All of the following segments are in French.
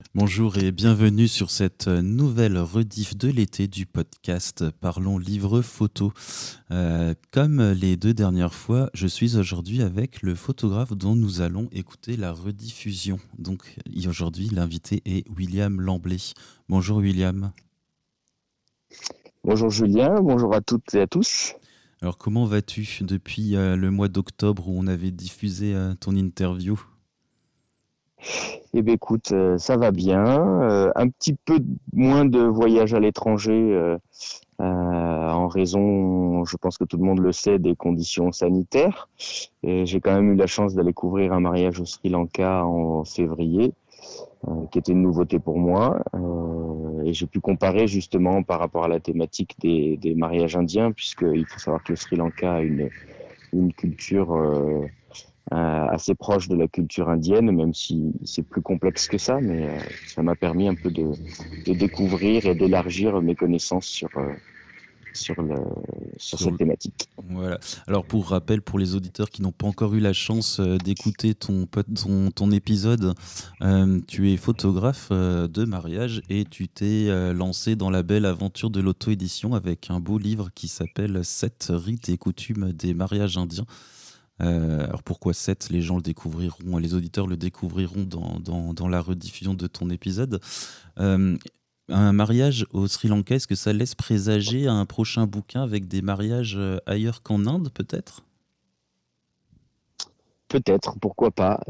Bonjour et bienvenue sur cette nouvelle rediff de l'été du podcast Parlons Livre Photo. Comme les deux dernières fois, je suis aujourd'hui avec le photographe dont nous allons écouter la rediffusion. Donc aujourd'hui, l'invité est William Lamblay. Bonjour William. Bonjour Julien, bonjour à toutes et à tous. Alors comment vas-tu depuis le mois d'octobre où on avait diffusé ton interview? Eh bien écoute, ça va bien. Un petit peu moins de voyages à l'étranger en raison, je pense que tout le monde le sait, des conditions sanitaires. Et j'ai quand même eu la chance d'aller couvrir un mariage au Sri Lanka en février, qui était une nouveauté pour moi. Et j'ai pu comparer justement par rapport à la thématique des mariages indiens, puisqu'il faut savoir que le Sri Lanka a une culture assez proche de la culture indienne, même si c'est plus complexe que ça, mais ça m'a permis un peu de découvrir et d'élargir mes connaissances sur, le, sur Sur cette le- thématique. Voilà. Alors pour rappel, pour les auditeurs qui n'ont pas encore eu la chance d'écouter ton épisode, tu es photographe de mariage et tu t'es lancé dans la belle aventure de l'auto-édition avec un beau livre qui s'appelle 7 rites et coutumes des mariages indiens. Alors pourquoi 7? Les gens le découvriront, les auditeurs le découvriront dans la rediffusion de ton épisode. Euh, un mariage au Sri Lanka, est-ce que ça laisse présager un prochain bouquin avec des mariages ailleurs qu'en Inde, peut-être? Peut-être, pourquoi pas.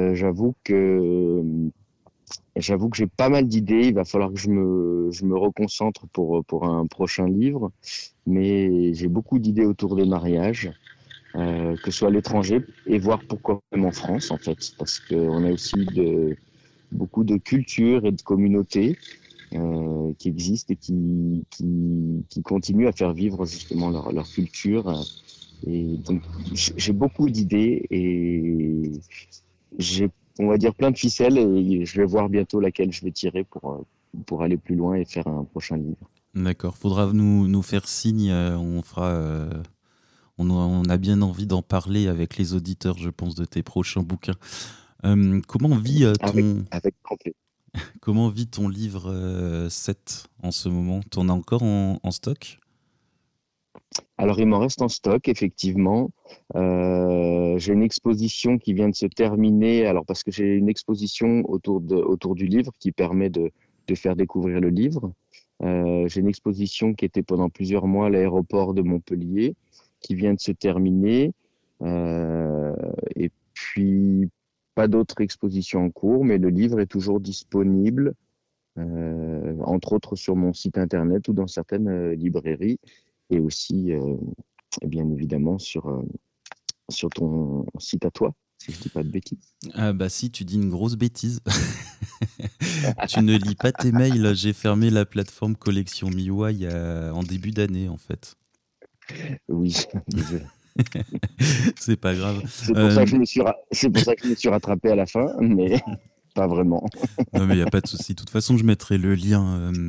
J'avoue que j'ai pas mal d'idées. Il va falloir que je me reconcentre pour un prochain livre. Mais j'ai beaucoup d'idées autour des mariages, que ce soit à l'étranger et voir pourquoi même en France, en fait. Parce qu'on a aussi beaucoup de cultures et de communautés qui existent et qui continuent à faire vivre justement leur culture. Et donc, j'ai beaucoup d'idées et j'ai, on va dire, plein de ficelles et je vais voir bientôt laquelle je vais tirer pour aller plus loin et faire un prochain livre. D'accord, faudra nous faire signe, on fera, on a bien envie d'en parler avec les auditeurs, je pense, de tes prochains bouquins. Comment vit Avec grand plaisir. comment vit ton livre 7 en ce moment? T'en as encore en stock? Alors, il m'en reste en stock, effectivement. J'ai une exposition qui vient de se terminer. Alors, parce que j'ai une exposition autour du livre qui permet de faire découvrir le livre. J'ai une exposition qui était pendant plusieurs mois à l'aéroport de Montpellier, qui vient de se terminer. Euh, et puis, pas d'autres expositions en cours, mais le livre est toujours disponible, entre autres sur mon site internet ou dans certaines librairies, et aussi, bien évidemment, sur ton site à toi, si je dis pas de bêtises. Ah bah si, tu dis une grosse bêtise. Tu ne lis pas tes mails, j'ai fermé la plateforme Collection Miwa en début d'année en fait. Oui, désolé. C'est pas grave. C'est pour ça Euh, que c'est pour ça que je me suis rattrapé à la fin, mais pas vraiment. non mais il n'y a pas de souci. De toute façon, je mettrai le lien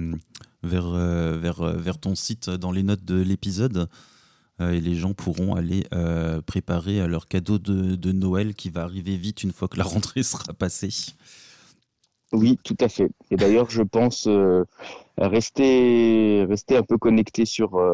vers ton site dans les notes de l'épisode et les gens pourront aller préparer leur cadeau de Noël qui va arriver vite une fois que la rentrée sera passée. Oui, tout à fait. Et d'ailleurs, je pense rester un peu connecté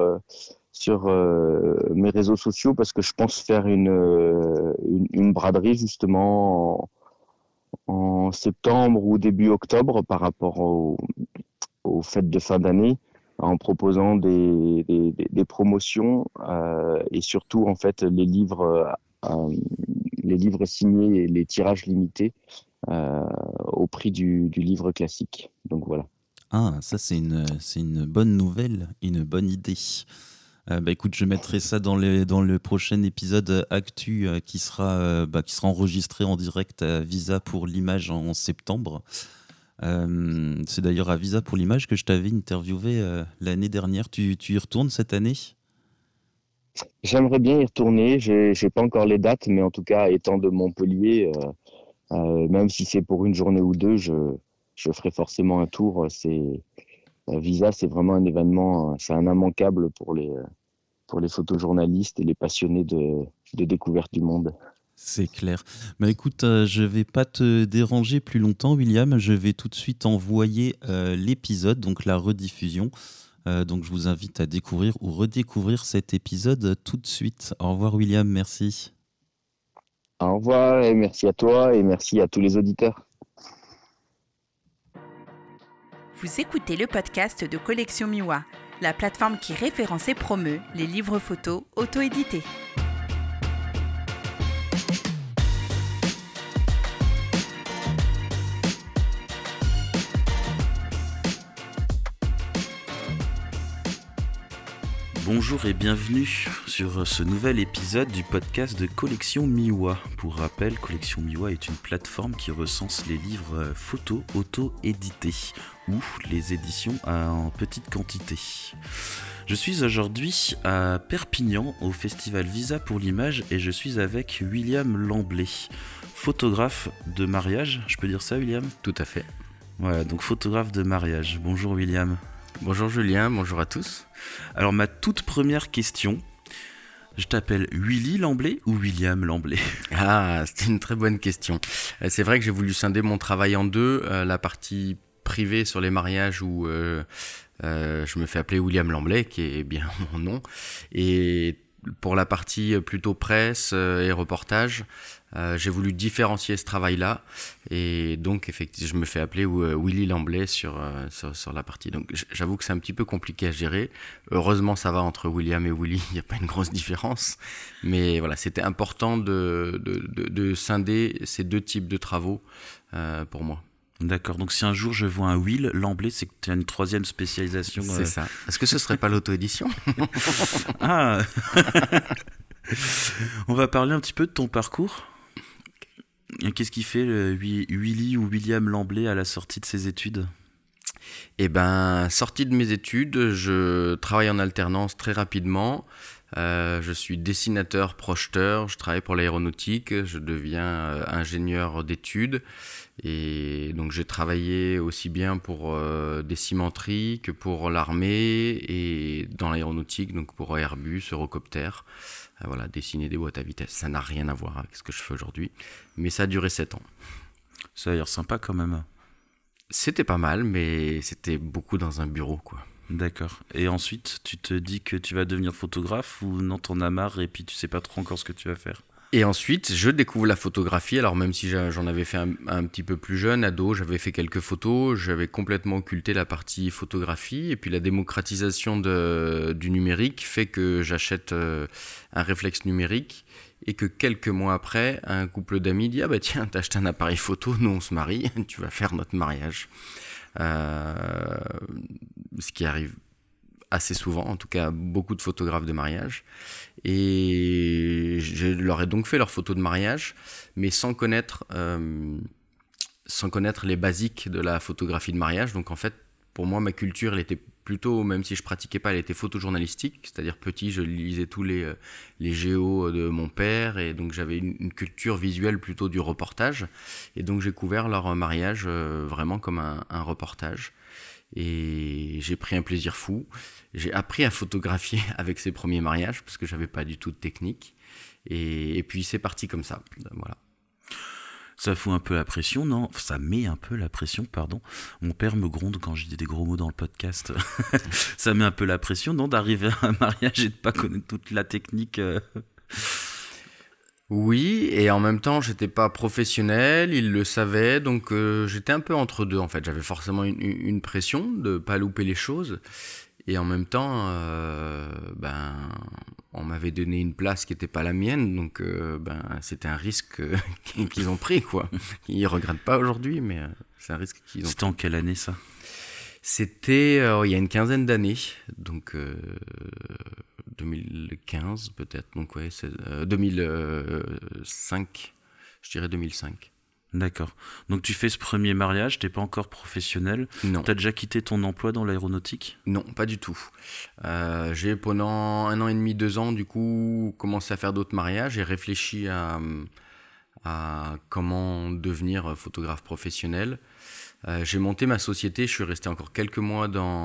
sur mes réseaux sociaux parce que je pense faire une braderie justement en septembre ou début octobre par rapport aux fêtes de fin d'année en proposant des promotions et surtout en fait euh, les livres signés et les tirages limités au prix du livre classique. Donc voilà. Ah, ça c'est une bonne nouvelle, une bonne idée. Bah écoute, je mettrai ça dans le prochain épisode Actu qui sera enregistré en direct à Visa pour l'image en septembre. C'est d'ailleurs à Visa pour l'image que je t'avais interviewé l'année dernière. Tu y retournes cette année? J'aimerais bien y retourner. J'ai pas encore les dates, mais en tout cas, étant de Montpellier, même si c'est pour une journée ou deux, je ferai forcément un tour. Visa, c'est vraiment un événement, c'est un immanquable pour les photojournalistes et les passionnés de découverte du monde. C'est clair. Bah écoute, je vais pas te déranger plus longtemps, William. Je vais tout de suite envoyer l'épisode, donc la rediffusion. Donc je vous invite à découvrir ou redécouvrir cet épisode tout de suite. Au revoir, William. Merci. Au revoir et merci à toi et merci à tous les auditeurs. Vous écoutez le podcast de Collection Miwa, la plateforme qui référence et promeut les livres photos auto-édités. Bonjour et bienvenue sur ce nouvel épisode du podcast de Collection Miwa. Pour rappel, Collection Miwa est une plateforme qui recense les livres photos auto-édités ou les éditions en petite quantité. Je suis aujourd'hui à Perpignan au festival Visa pour l'image et je suis avec William Lamblay, photographe de mariage. Je peux dire ça, William ? Tout à fait. Voilà, donc photographe de mariage. Bonjour William. Bonjour Julien, bonjour à tous. Alors ma toute première question, je t'appelle Willy Lamblay ou William Lamblay ? Ah, c'est une très bonne question. C'est vrai que j'ai voulu scinder mon travail en deux, la partie privée sur les mariages où je me fais appeler William Lamblay, qui est bien mon nom, et pour la partie plutôt presse et reportage, j'ai voulu différencier ce travail-là et donc effectivement je me fais appeler Willy Lamblay sur la partie. Donc j'avoue que c'est un petit peu compliqué à gérer. Heureusement ça va entre William et Willy, il n'y a pas une grosse différence. Mais voilà, c'était important de scinder ces deux types de travaux pour moi. D'accord, donc si un jour je vois un Will Lamblay, c'est que tu as une troisième spécialisation. C'est ça. Est-ce que ce serait pas l'auto-édition ? Ah. On va parler un petit peu de ton parcours. Qu'est-ce qui fait Willy ou William Lamblay à la sortie de ses études ? Eh ben, sortie de mes études, je travaille en alternance très rapidement. Je suis dessinateur, projeteur, je travaille pour l'aéronautique, je deviens ingénieur d'études et donc j'ai travaillé aussi bien pour des cimenteries que pour l'armée et dans l'aéronautique, donc pour Airbus, Eurocopter. Voilà, dessiner des boîtes à vitesse, ça n'a rien à voir avec ce que je fais aujourd'hui, mais ça a duré 7 ans. Ça a l'air sympa quand même. C'était pas mal, mais c'était beaucoup dans un bureau, quoi. D'accord. Et ensuite, tu te dis que tu vas devenir photographe ou non, t'en as marre et puis tu sais pas trop encore ce que tu vas faire ? Et ensuite, je découvre la photographie. Alors même si j'en avais fait un petit peu plus jeune, ado, j'avais fait quelques photos, j'avais complètement occulté la partie photographie. Et puis la démocratisation du numérique fait que j'achète un réflexe numérique et que quelques mois après, un couple d'amis dit « Ah bah tiens, t'as acheté un appareil photo, nous on se marie, tu vas faire notre mariage ». Ce qui arrive assez souvent, en tout cas beaucoup de photographes de mariage, et je leur ai donc fait leurs photos de mariage, mais sans connaître les basiques de la photographie de mariage. Donc en fait, pour moi, ma culture, elle était plutôt, même si je pratiquais pas, elle était photojournalistique, c'est-à-dire petit, je lisais tous les géos de mon père, et donc j'avais une culture visuelle plutôt du reportage, et donc j'ai couvert leur mariage vraiment comme un reportage. Et j'ai pris un plaisir fou. J'ai appris à photographier avec ces premiers mariages parce que j'avais pas du tout de technique. Et puis c'est parti comme ça. Voilà. Ça fout un peu la pression, non ? Ça met un peu la pression, pardon. Mon père me gronde quand je dis des gros mots dans le podcast. Ça met un peu la pression, non, d'arriver à un mariage et de pas connaître toute la technique. Oui, et en même temps, j'étais pas professionnel, ils le savaient, donc j'étais un peu entre deux en fait. J'avais forcément une pression de pas louper les choses, et en même temps, on m'avait donné une place qui était pas la mienne, donc c'était un risque qu'ils ont pris, quoi. Ils regrettent pas aujourd'hui, mais c'est un risque qu'ils ont pris. C'était en quelle année ça ? C'était il y a une quinzaine d'années, donc 2015 peut-être, donc ouais, c'est 2005, je dirais 2005. D'accord. Donc tu fais ce premier mariage, t'es pas encore professionnel. Non. T'as déjà quitté ton emploi dans l'aéronautique ? Non, pas du tout. J'ai pendant 1 an et demi, 2 ans, du coup, commencé à faire d'autres mariages et réfléchi à comment devenir photographe professionnel. J'ai monté ma société, je suis resté encore quelques mois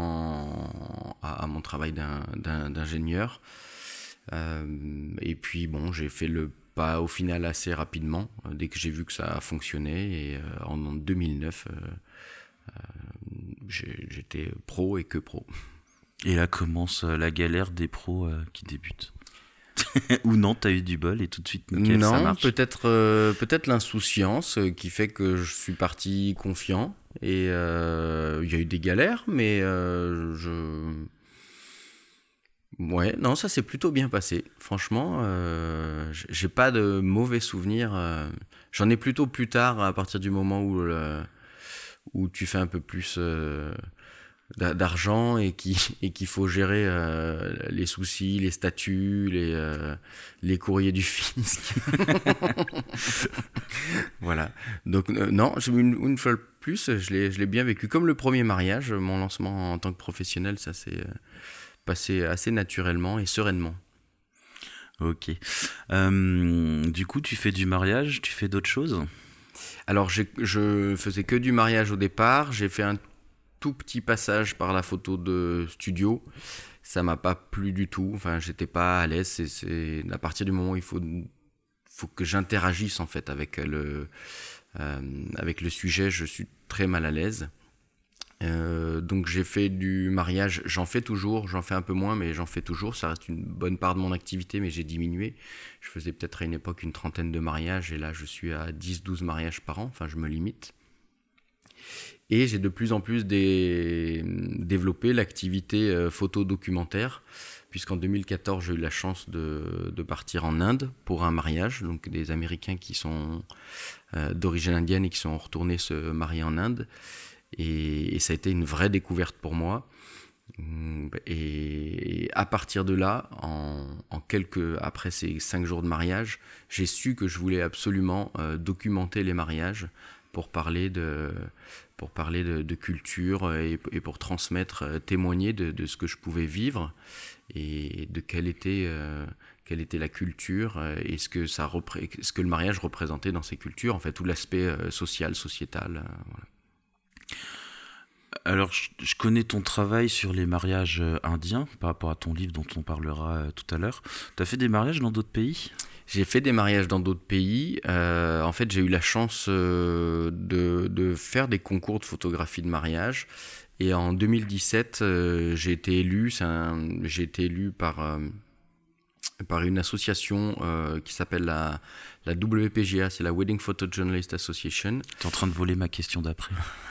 à mon travail d'ingénieur. Et puis bon, j'ai fait le Pas au final assez rapidement, dès que j'ai vu que ça fonctionnait. Et en 2009, j'étais pro et que pro. Et là commence la galère des pros qui débutent. Ou non, t'as eu du bol et tout de suite, nickel, ça marche. Peut-être l'insouciance qui fait que je suis parti confiant. Et il y a eu des galères, mais ouais, non, ça s'est plutôt bien passé. Franchement, j'ai pas de mauvais souvenirs. J'en ai plutôt plus tard, à partir du moment où tu fais un peu plus d'argent et qu'il faut gérer les soucis, les statuts, les courriers du fisc. Voilà. Donc non, une fois de plus, je l'ai bien vécu. Comme le premier mariage, mon lancement en tant que professionnel, ça s'est passé assez naturellement et sereinement. Ok. Du coup, tu fais du mariage, tu fais d'autres choses ? Alors, je faisais que du mariage au départ. J'ai fait un tout petit passage par la photo de studio. Ça m'a pas plu du tout. Enfin, j'étais pas à l'aise. C'est à partir du moment où il faut que j'interagisse en fait avec le sujet, je suis très mal à l'aise. Donc j'ai fait du mariage, j'en fais toujours, j'en fais un peu moins, mais j'en fais toujours. Ça reste une bonne part de mon activité, mais j'ai diminué. Je faisais peut-être à une époque une 30aine de mariages, et là je suis à 10-12 mariages par an, enfin je me limite. Et j'ai de plus en plus développé l'activité photo-documentaire, puisqu'en 2014 j'ai eu la chance de partir en Inde pour un mariage, donc des Américains qui sont d'origine indienne et qui sont retournés se marier en Inde. Et ça a été une vraie découverte pour moi. Et à partir de là, après ces 5 jours de mariage, j'ai su que je voulais absolument documenter les mariages pour parler de culture et pour transmettre, témoigner de ce que je pouvais vivre et de quelle était la culture et ce que le mariage représentait dans ces cultures, en fait, tout l'aspect social, sociétal. Voilà. Alors, je connais ton travail sur les mariages indiens par rapport à ton livre dont on parlera tout à l'heure. Tu as fait des mariages dans d'autres pays ? J'ai fait des mariages dans d'autres pays. En fait, j'ai eu la chance de faire des concours de photographie de mariage. Et en 2017, j'ai été élu par une association qui s'appelle la WPGA, c'est la Wedding Photojournalist Association. T'es en train de voler ma question d'après.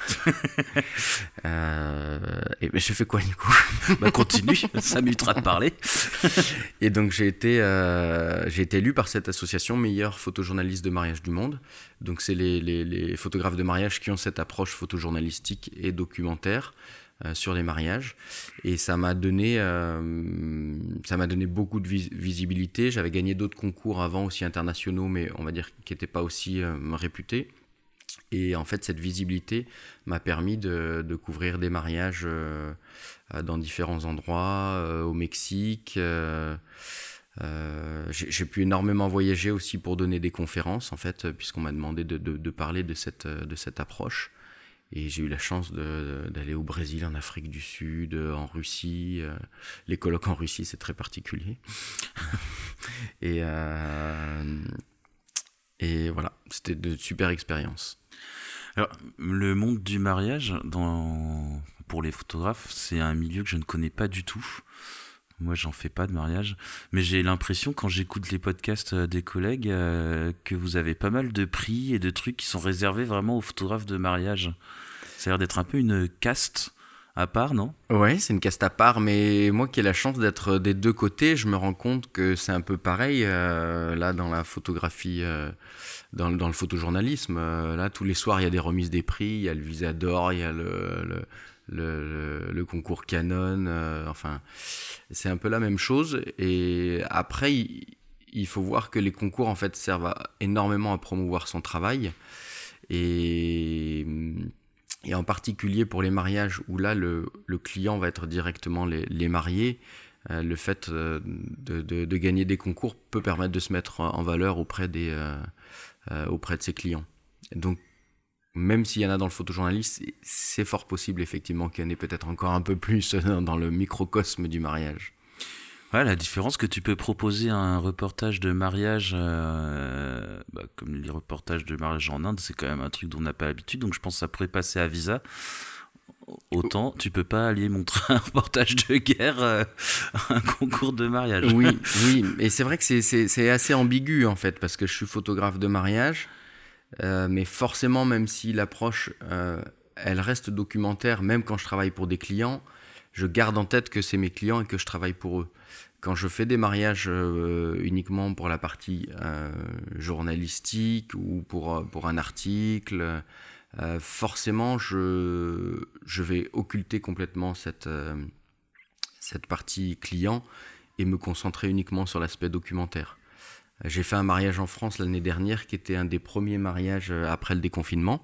Et je fais quoi du coup ? Bah continue, ça m'évitera de parler. Et donc j'ai été élu par cette association meilleur photojournaliste de mariage du monde. Donc c'est les photographes de mariage qui ont cette approche photojournalistique et documentaire sur les mariages, et ça m'a donné beaucoup de visibilité. J'avais gagné d'autres concours avant aussi internationaux, mais on va dire qui n'étaient pas aussi réputés, et en fait cette visibilité m'a permis de couvrir des mariages dans différents endroits, au Mexique. J'ai pu énormément voyager aussi pour donner des conférences, en fait, puisqu'on m'a demandé de parler de cette approche. Et j'ai eu la chance d'aller au Brésil, en Afrique du Sud, en Russie. Les colloques en Russie, c'est très particulier. Et voilà, c'était de super expériences. Alors, le monde du mariage, pour les photographes, c'est un milieu que je ne connais pas du tout. Moi, j'en fais pas de mariage, mais j'ai l'impression, quand j'écoute les podcasts des collègues, que vous avez pas mal de prix et de trucs qui sont réservés vraiment aux photographes de mariage. Ça a l'air d'être un peu une caste à part, non ? Ouais, c'est une caste à part, mais moi qui ai la chance d'être des deux côtés, je me rends compte que c'est un peu pareil là dans la photographie, dans le photojournalisme. Là, tous les soirs, il y a des remises des prix, il y a le Visa d'or, il y a le concours Canon, enfin, c'est un peu la même chose. Et après, il faut voir que les concours, en fait, servent énormément à promouvoir son travail. Et en particulier pour les mariages où là, le client va être directement les mariés, le fait de gagner des concours peut permettre de se mettre en valeur auprès de ses clients. Donc, même s'il y en a dans le photojournalisme, c'est fort possible effectivement qu'il y en ait peut-être encore un peu plus dans le microcosme du mariage. Ouais, la différence que tu peux proposer un reportage de mariage, comme les reportages de mariage en Inde, c'est quand même un truc dont on n'a pas l'habitude, donc je pense que ça pourrait passer à visa. Autant tu peux pas aller montrer un reportage de guerre à un concours de mariage. Oui, et c'est vrai que c'est assez ambigu en fait, parce que je suis photographe de mariage, mais forcément, même si l'approche, elle reste documentaire, même quand je travaille pour des clients, je garde en tête que c'est mes clients et que je travaille pour eux. Quand je fais des mariages uniquement pour la partie journalistique ou pour un article, forcément je vais occulter complètement cette partie client et me concentrer uniquement sur l'aspect documentaire. J'ai fait un mariage en France l'année dernière qui était un des premiers mariages après le déconfinement.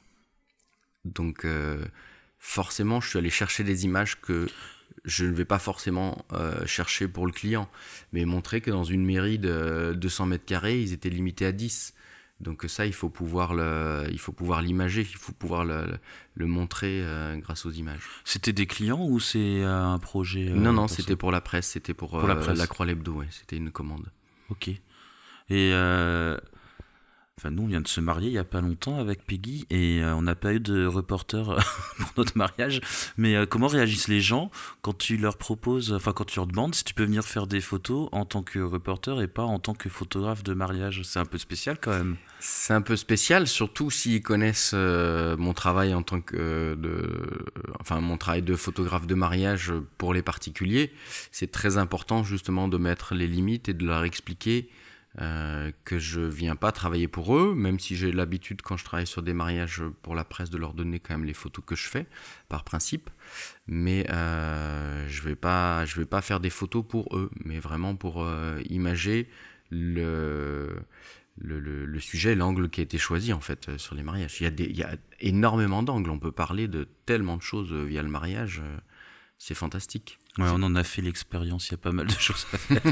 Donc forcément je suis allé chercher des images que je ne vais pas forcément chercher pour le client, mais montrer que dans une mairie de 200 mètres carrés, ils étaient limités à 10. Donc ça, il faut pouvoir l'imager, il faut pouvoir le montrer grâce aux images. C'était des clients ou c'est un projet Non, c'était pour la presse, c'était pour la presse. La Croix Lebdo, ouais, c'était une commande. Ok. Et nous, on vient de se marier il n'y a pas longtemps avec Peggy et on n'a pas eu de reporter pour notre mariage. Mais comment réagissent les gens quand tu leur proposes, quand tu leur demandes si tu peux venir faire des photos en tant que reporter et pas en tant que photographe de mariage? C'est un peu spécial quand même. C'est un peu spécial, surtout s'ils connaissent mon travail en tant que mon travail de photographe de mariage pour les particuliers. C'est très important justement de mettre les limites et de leur expliquer que je viens pas travailler pour eux, même si j'ai l'habitude quand je travaille sur des mariages pour la presse de leur donner quand même les photos que je fais par principe, mais je vais pas faire des photos pour eux, mais vraiment pour imager le sujet, l'angle qui a été choisi en fait sur les mariages. Il y a énormément d'angles, on peut parler de tellement de choses via le mariage, c'est fantastique. Ouais, on en a fait l'expérience, il y a pas mal de choses à faire.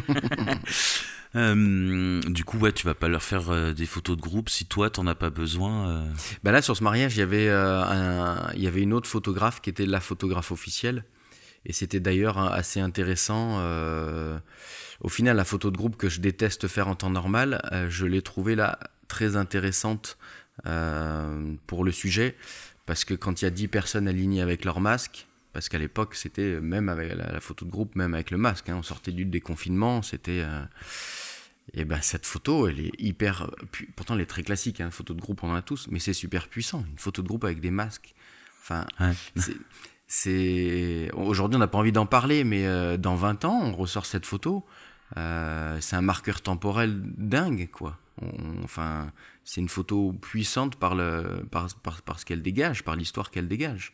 Du coup, ouais, tu vas pas leur faire des photos de groupe si toi t'en as pas besoin. Là, sur ce mariage, il y avait une autre photographe qui était la photographe officielle, et c'était d'ailleurs assez intéressant. Au final, la photo de groupe que je déteste faire en temps normal, je l'ai trouvée là très intéressante pour le sujet, parce que quand il y a 10 personnes alignées avec leur masque, parce qu'à l'époque, c'était même avec la photo de groupe, même avec le masque, on sortait du déconfinement, c'était... cette photo, elle est hyper... Pourtant, elle est très classique, photo de groupe, on en a tous, mais c'est super puissant. Une photo de groupe avec des masques. Enfin, ouais. Aujourd'hui, on n'a pas envie d'en parler, mais dans 20 ans, on ressort cette photo. C'est un marqueur temporel dingue, quoi. C'est une photo puissante par ce qu'elle dégage, par l'histoire qu'elle dégage.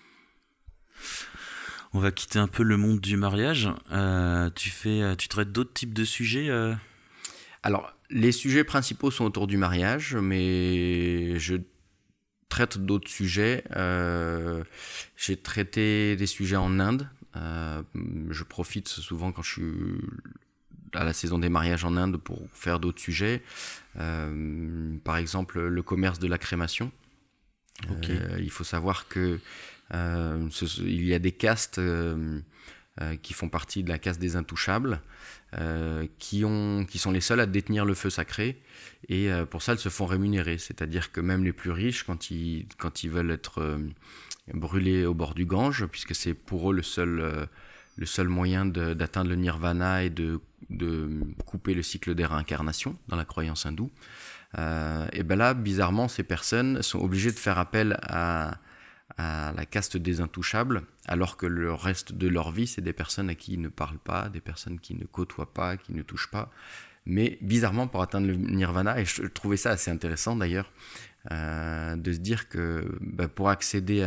On va quitter un peu le monde du mariage. Tu traites d'autres types de sujets Alors, les sujets principaux sont autour du mariage, mais je traite d'autres sujets. J'ai traité des sujets en Inde. Je profite souvent quand je suis à la saison des mariages en Inde pour faire d'autres sujets. Par exemple, le commerce de la crémation. Okay. Il faut savoir que il y a des castes qui font partie de la caste des intouchables, qui sont les seuls à détenir le feu sacré, et pour ça elles se font rémunérer, c'est-à-dire que même les plus riches, quand ils veulent être brûlés au bord du Gange, puisque c'est pour eux le seul moyen d'atteindre le nirvana et de couper le cycle des réincarnations dans la croyance hindoue, et là bizarrement ces personnes sont obligées de faire appel à la caste des intouchables, alors que le reste de leur vie, c'est des personnes à qui ils ne parlent pas, des personnes qui ne côtoient pas, qui ne touchent pas. Mais bizarrement, pour atteindre le nirvana, et je trouvais ça assez intéressant d'ailleurs, de se dire que pour accéder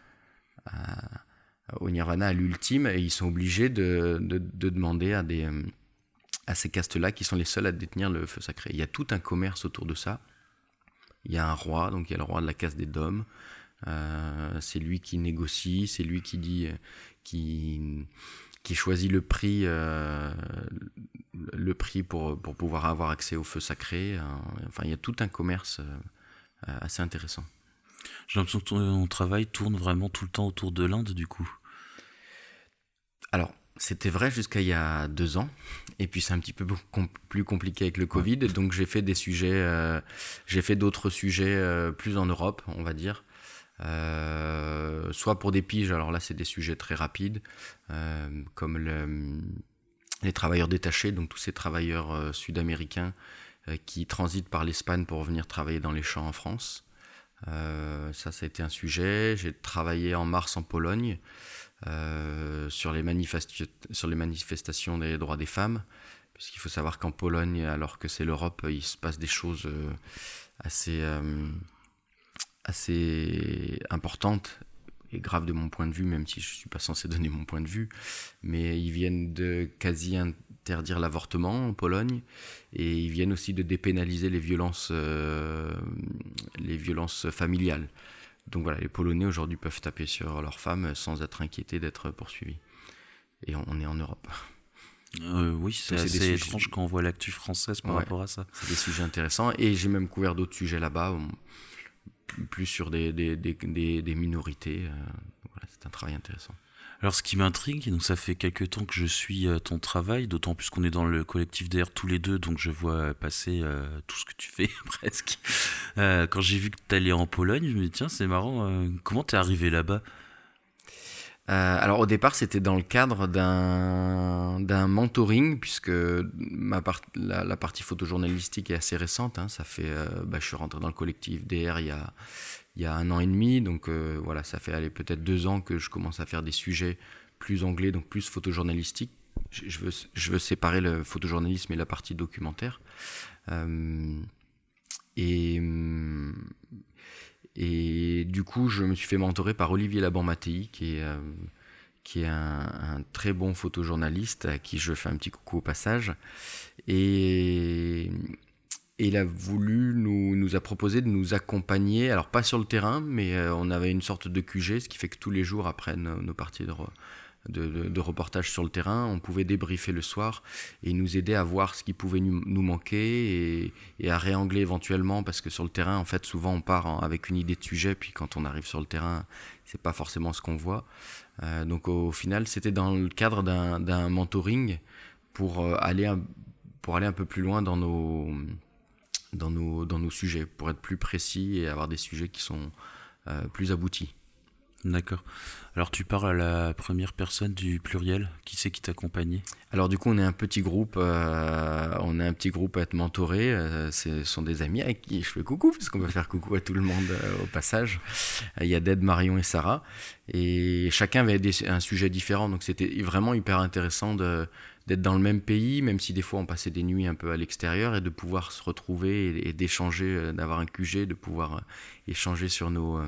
au nirvana, à l'ultime, ils sont obligés de demander à ces castes-là, qui sont les seuls à détenir le feu sacré. Il y a tout un commerce autour de ça. Il y a un roi, donc il y a le roi de la caste des dômes. C'est lui qui négocie, c'est lui qui dit, qui choisit le prix pour pouvoir avoir accès au feu sacré. Il y a tout un commerce assez intéressant. J'ai l'impression que ton travail tourne vraiment tout le temps autour de l'Inde, du coup. Alors, C'était vrai jusqu'à il y a 2 ans. Et puis c'est un petit peu plus compliqué avec le Covid. Donc j'ai fait d'autres sujets plus en Europe, on va dire. Soit pour des piges, alors là c'est des sujets très rapides, comme les travailleurs détachés, donc tous ces travailleurs sud-américains qui transitent par l'Espagne pour venir travailler dans les champs en France. Ça a été un sujet. J'ai travaillé en mars en Pologne sur les manifestations des droits des femmes, puisqu'il faut savoir qu'en Pologne, alors que c'est l'Europe, il se passe des choses assez importantes et graves de mon point de vue, même si je ne suis pas censé donner mon point de vue, mais ils viennent de quasi interdire l'avortement en Pologne, et ils viennent aussi de dépénaliser les violences familiales. Donc voilà, les Polonais aujourd'hui peuvent taper sur leurs femmes sans être inquiétés d'être poursuivis. Et on est en Europe. Oui, c'est assez étrange quand on voit l'actu française par rapport à ça. C'est des sujets intéressants. Et j'ai même couvert d'autres sujets là-bas, plus sur des minorités. Voilà, c'est un travail intéressant. Alors ce qui m'intrigue, donc ça fait quelques temps que je suis ton travail, d'autant plus qu'on est dans le collectif DR tous les deux, donc je vois passer tout ce que tu fais presque. Quand j'ai vu que tu allais en Pologne, je me dis tiens c'est marrant, comment t'es arrivé là-bas ? Alors au départ c'était dans le cadre d'un mentoring, puisque la partie photojournalistique est assez récente, hein, ça fait, je suis rentré dans le collectif DR il y a 1 an et demi, donc voilà, ça fait peut-être 2 ans que je commence à faire des sujets plus anglais, donc plus photojournalistiques. Je veux séparer le photojournalisme et la partie documentaire. Et du coup, je me suis fait mentorer par Olivier Laban-Mattei, qui est un très bon photojournaliste, à qui je fais un petit coucou au passage. Et il nous a proposé de nous accompagner, alors pas sur le terrain, mais on avait une sorte de QG, ce qui fait que tous les jours, après nos parties de reportage sur le terrain, on pouvait débriefer le soir et nous aider à voir ce qui pouvait nous manquer et à réangler éventuellement, parce que sur le terrain, en fait, souvent on part avec une idée de sujet, puis quand on arrive sur le terrain, c'est pas forcément ce qu'on voit. Donc au final, c'était dans le cadre d'un mentoring pour aller un peu plus loin dans nos sujets, pour être plus précis et avoir des sujets qui sont plus aboutis. D'accord. Alors tu parles à la première personne du pluriel. Qui c'est qui t'accompagnait ? Alors du coup on est un petit groupe, à être mentoré. Ce sont des amis avec qui je fais coucou, parce qu'on va faire coucou à tout le monde au passage. Il y a Ded, Marion et Sarah, et chacun avait un sujet différent, donc c'était vraiment hyper intéressant d'être dans le même pays, même si des fois on passait des nuits un peu à l'extérieur, et de pouvoir se retrouver et d'échanger, d'avoir un QG, de pouvoir échanger sur nos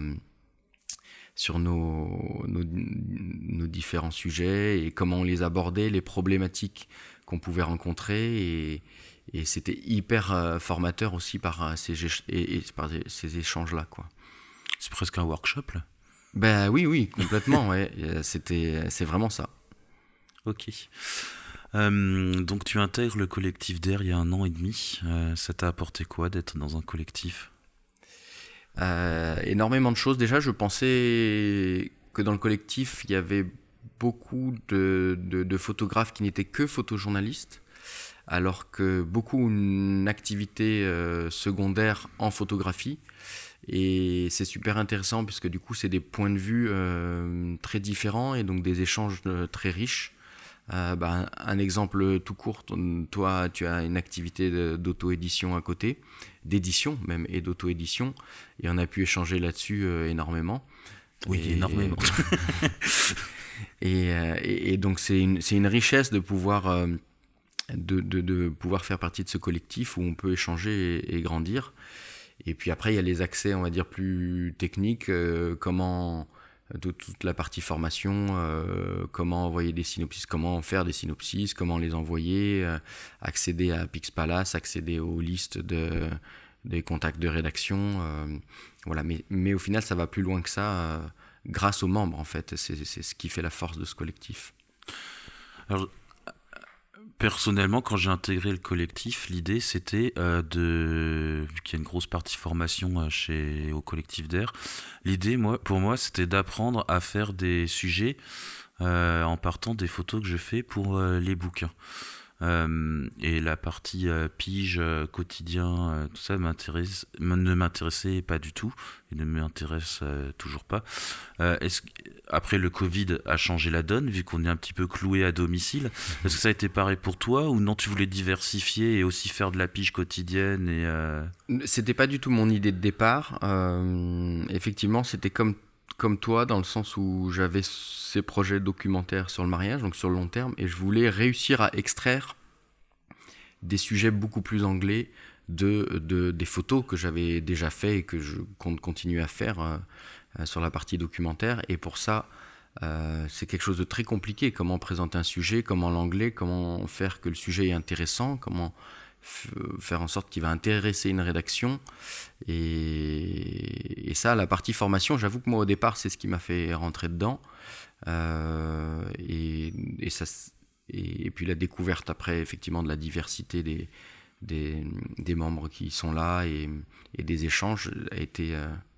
différents sujets et comment on les abordait, les problématiques qu'on pouvait rencontrer, et c'était hyper formateur aussi par ces échanges-là, quoi. C'est presque un workshop, là ? Ben oui, complètement, ouais. C'est vraiment ça. Ok. Donc tu intègres le collectif DR il y a 1 an et demi. Ça t'a apporté quoi d'être dans un collectif ? Énormément de choses. Déjà, je pensais que dans le collectif, il y avait beaucoup de photographes qui n'étaient que photojournalistes, alors que beaucoup ont une activité secondaire en photographie. Et c'est super intéressant, puisque du coup, c'est des points de vue très différents, et donc des échanges très riches. Un exemple tout court, toi tu as une activité d'auto-édition à côté, d'édition même, et d'auto-édition, et on a pu échanger là-dessus énormément. Oui, énormément. et donc c'est une richesse de pouvoir pouvoir faire partie de ce collectif où on peut échanger et grandir. Et puis après il y a les accès, on va dire, plus techniques, de toute la partie formation, comment envoyer des synopsis, comment faire des synopsis, comment les envoyer, accéder à Pixpalace, accéder aux listes des contacts de rédaction, voilà. Mais au final, ça va plus loin que ça, grâce aux membres, en fait. C'est ce qui fait la force de ce collectif. Alors, personnellement, quand j'ai intégré le collectif, l'idée c'était vu qu'il y a une grosse partie formation au collectif DR, l'idée pour moi c'était d'apprendre à faire des sujets en partant des photos que je fais pour les bouquins. Et la partie pige, quotidien, tout ça ne m'intéressait pas du tout et ne m'intéresse toujours pas. Après, le Covid a changé la donne, vu qu'on est un petit peu cloué à domicile. Est-ce que ça a été pareil pour toi, ou non, tu voulais diversifier et aussi faire de la pige quotidienne C'était pas du tout mon idée de départ. Effectivement, c'était comme toi, dans le sens où j'avais ces projets documentaires sur le mariage, donc sur le long terme, et je voulais réussir à extraire des sujets beaucoup plus anglais des photos que j'avais déjà fait et que je compte continuer à faire sur la partie documentaire. Et pour ça, c'est quelque chose de très compliqué. Comment présenter un sujet, comment l'anglais, comment faire que le sujet est intéressant, comment faire en sorte qu'il va intéresser une rédaction. Et ça, la partie formation, j'avoue que moi au départ, c'est ce qui m'a fait rentrer dedans. Et puis la découverte après, effectivement, de la diversité des membres qui sont là et des échanges a été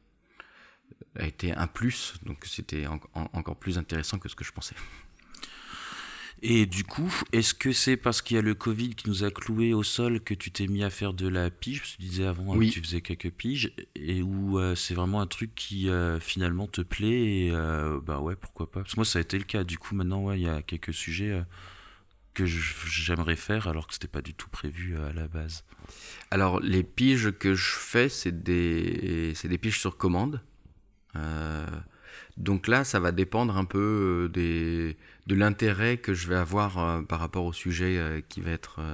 un plus. Donc c'était encore plus intéressant que ce que je pensais. Et du coup, est-ce que c'est parce qu'il y a le Covid qui nous a cloués au sol que tu t'es mis à faire de la pige? Parce que tu disais avant oui. Que tu faisais quelques piges, et où c'est vraiment un truc qui finalement te plaît, et bah ouais, pourquoi pas. Parce que moi, ça a été le cas. Du coup, maintenant, ouais, il y a quelques sujets que j'aimerais faire, alors que c'était pas du tout prévu à la base. Alors, les piges que je fais, c'est des piges sur commande. Donc là, ça va dépendre un peu de l'intérêt que je vais avoir par rapport au sujet qui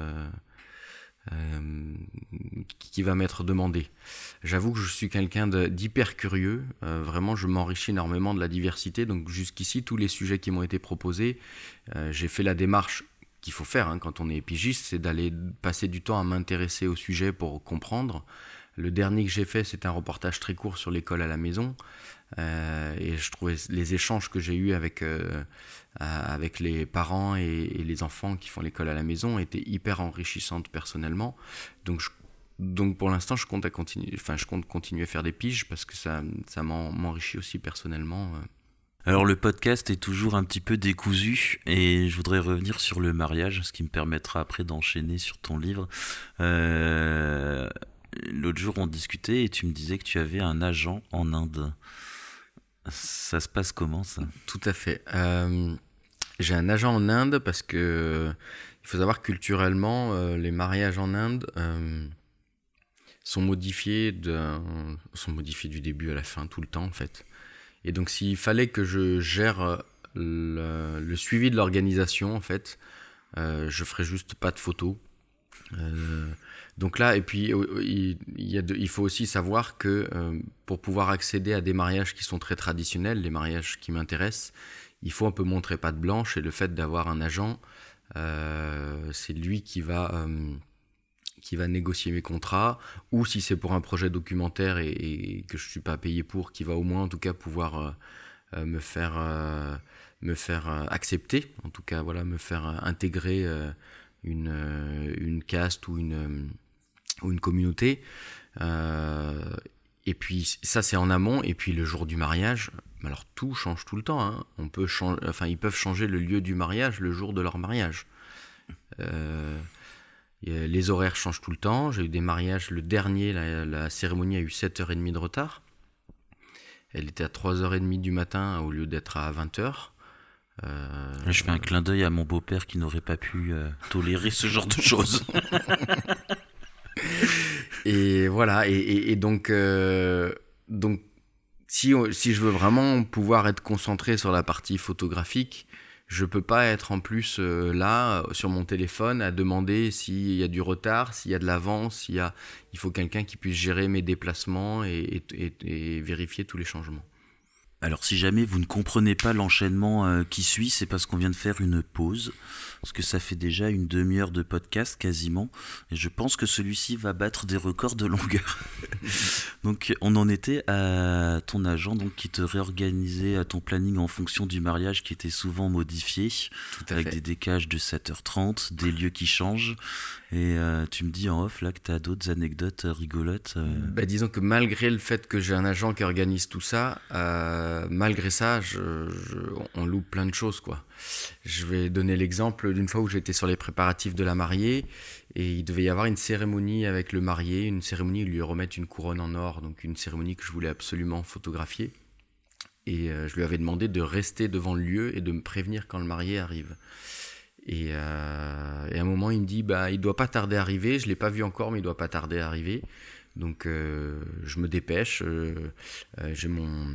va m'être demandé. J'avoue que je suis quelqu'un d'hyper curieux. Vraiment, je m'enrichis énormément de la diversité. Donc jusqu'ici, tous les sujets qui m'ont été proposés, j'ai fait la démarche qu'il faut faire quand on est pigiste, c'est d'aller passer du temps à m'intéresser au sujet pour comprendre. Le dernier que j'ai fait, c'est un reportage très court sur l'école à la maison. Et je trouvais les échanges que j'ai eus avec les parents et les enfants qui font l'école à la maison étaient hyper enrichissantes personnellement. Donc pour l'instant, je compte continuer à faire des piges parce que ça m'enrichit aussi personnellement. Alors le podcast est toujours un petit peu décousu, et je voudrais revenir sur le mariage, ce qui me permettra après d'enchaîner sur ton livre. L'autre jour on discutait et tu me disais que tu avais un agent en Inde. Ça se passe comment, ça ? Tout à fait. J'ai un agent en Inde parce que il faut savoir que culturellement, les mariages en Inde sont modifiés du début à la fin, tout le temps en fait. Et donc s'il fallait que je gère le suivi de l'organisation, en fait, je ferais juste pas de photos. Donc là, et puis il faut aussi savoir que pour pouvoir accéder à des mariages qui sont très traditionnels, les mariages qui m'intéressent, il faut un peu montrer patte blanche, et le fait d'avoir un agent, c'est lui qui va négocier mes contrats, ou si c'est pour un projet documentaire et que je suis pas payé pour, qui va au moins en tout cas pouvoir me faire accepter, en tout cas voilà, me faire intégrer une caste ou une communauté. Et puis ça, c'est en amont. Et puis le jour du mariage, alors tout change tout le temps, hein. Ils peuvent changer le lieu du mariage le jour de leur mariage. Les horaires changent tout le temps. J'ai eu des mariages, le dernier, la cérémonie a eu 7h30 de retard. Elle était à 3h30 du matin au lieu d'être à 20h. Je fais un clin d'œil à mon beau-père qui n'aurait pas pu tolérer ce genre de choses. Et voilà, et donc si je veux vraiment pouvoir être concentré sur la partie photographique, je peux pas être en plus là sur mon téléphone à demander s'il y a du retard, s'il y a de l'avance, il faut quelqu'un qui puisse gérer mes déplacements et vérifier tous les changements. Alors si jamais vous ne comprenez pas l'enchaînement qui suit, c'est parce qu'on vient de faire une pause, parce que ça fait déjà une demi-heure de podcast quasiment, et je pense que celui-ci va battre des records de longueur. Donc on en était à ton agent, donc qui te réorganisait à ton planning en fonction du mariage qui était souvent modifié, avec des décages de 7h30, des lieux qui changent, et tu me dis en off là que tu as d'autres anecdotes rigolotes. Disons que malgré le fait que j'ai un agent qui organise tout ça, malgré ça, on loupe plein de choses, quoi. Je vais donner l'exemple d'une fois où j'étais sur les préparatifs de la mariée et il devait y avoir une cérémonie avec le marié, une cérémonie où lui remettre une couronne en or, donc une cérémonie que je voulais absolument photographier. Et je lui avais demandé de rester devant le lieu et de me prévenir quand le marié arrive. Et à un moment, il me dit il doit pas tarder à arriver. Je l'ai pas vu encore, mais il doit pas tarder à arriver. Donc je me dépêche. J'ai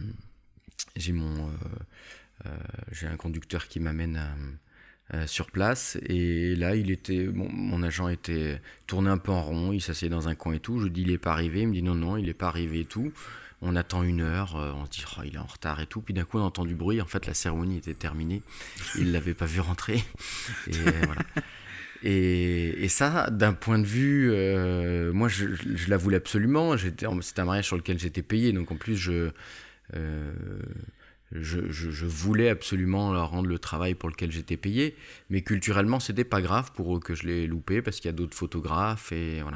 un conducteur qui m'amène sur place. Et là, mon agent était tourné un peu en rond. Il s'asseyait dans un coin et tout. Je lui dis il est pas arrivé. Il me dit non, il est pas arrivé et tout. On attend 1 heure, on se dit il est en retard et tout. Puis d'un coup, on entend du bruit. En fait, la cérémonie était terminée. Il ne l'avait pas vu rentrer. Et voilà. Et ça, d'un point de vue, moi, je la voulais absolument. C'était un mariage sur lequel j'étais payé. Donc en plus, je voulais absolument leur rendre le travail pour lequel j'étais payé. Mais culturellement, c'était pas grave pour eux que je l'ai loupé parce qu'il y a d'autres photographes. Et voilà.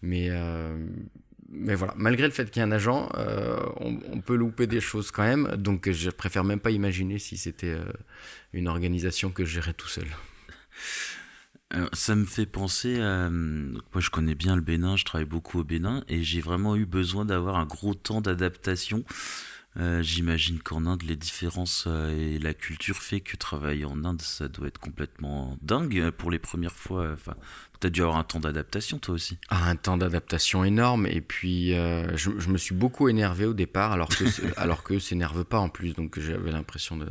Mais voilà, malgré le fait qu'il y ait un agent, on peut louper des choses quand même. Donc je préfère même pas imaginer si c'était une organisation que je gérais tout seul. Alors, ça me fait penser à... Moi, je connais bien le Bénin, je travaille beaucoup au Bénin, et j'ai vraiment eu besoin d'avoir un gros temps d'adaptation. J'imagine qu'en Inde, les différences et la culture fait que travailler en Inde, ça doit être complètement dingue pour les premières fois. Enfin, t'as dû avoir un temps d'adaptation, toi aussi. Un temps d'adaptation énorme, et puis je me suis beaucoup énervé au départ, alors que s'énerve pas en plus, donc j'avais l'impression de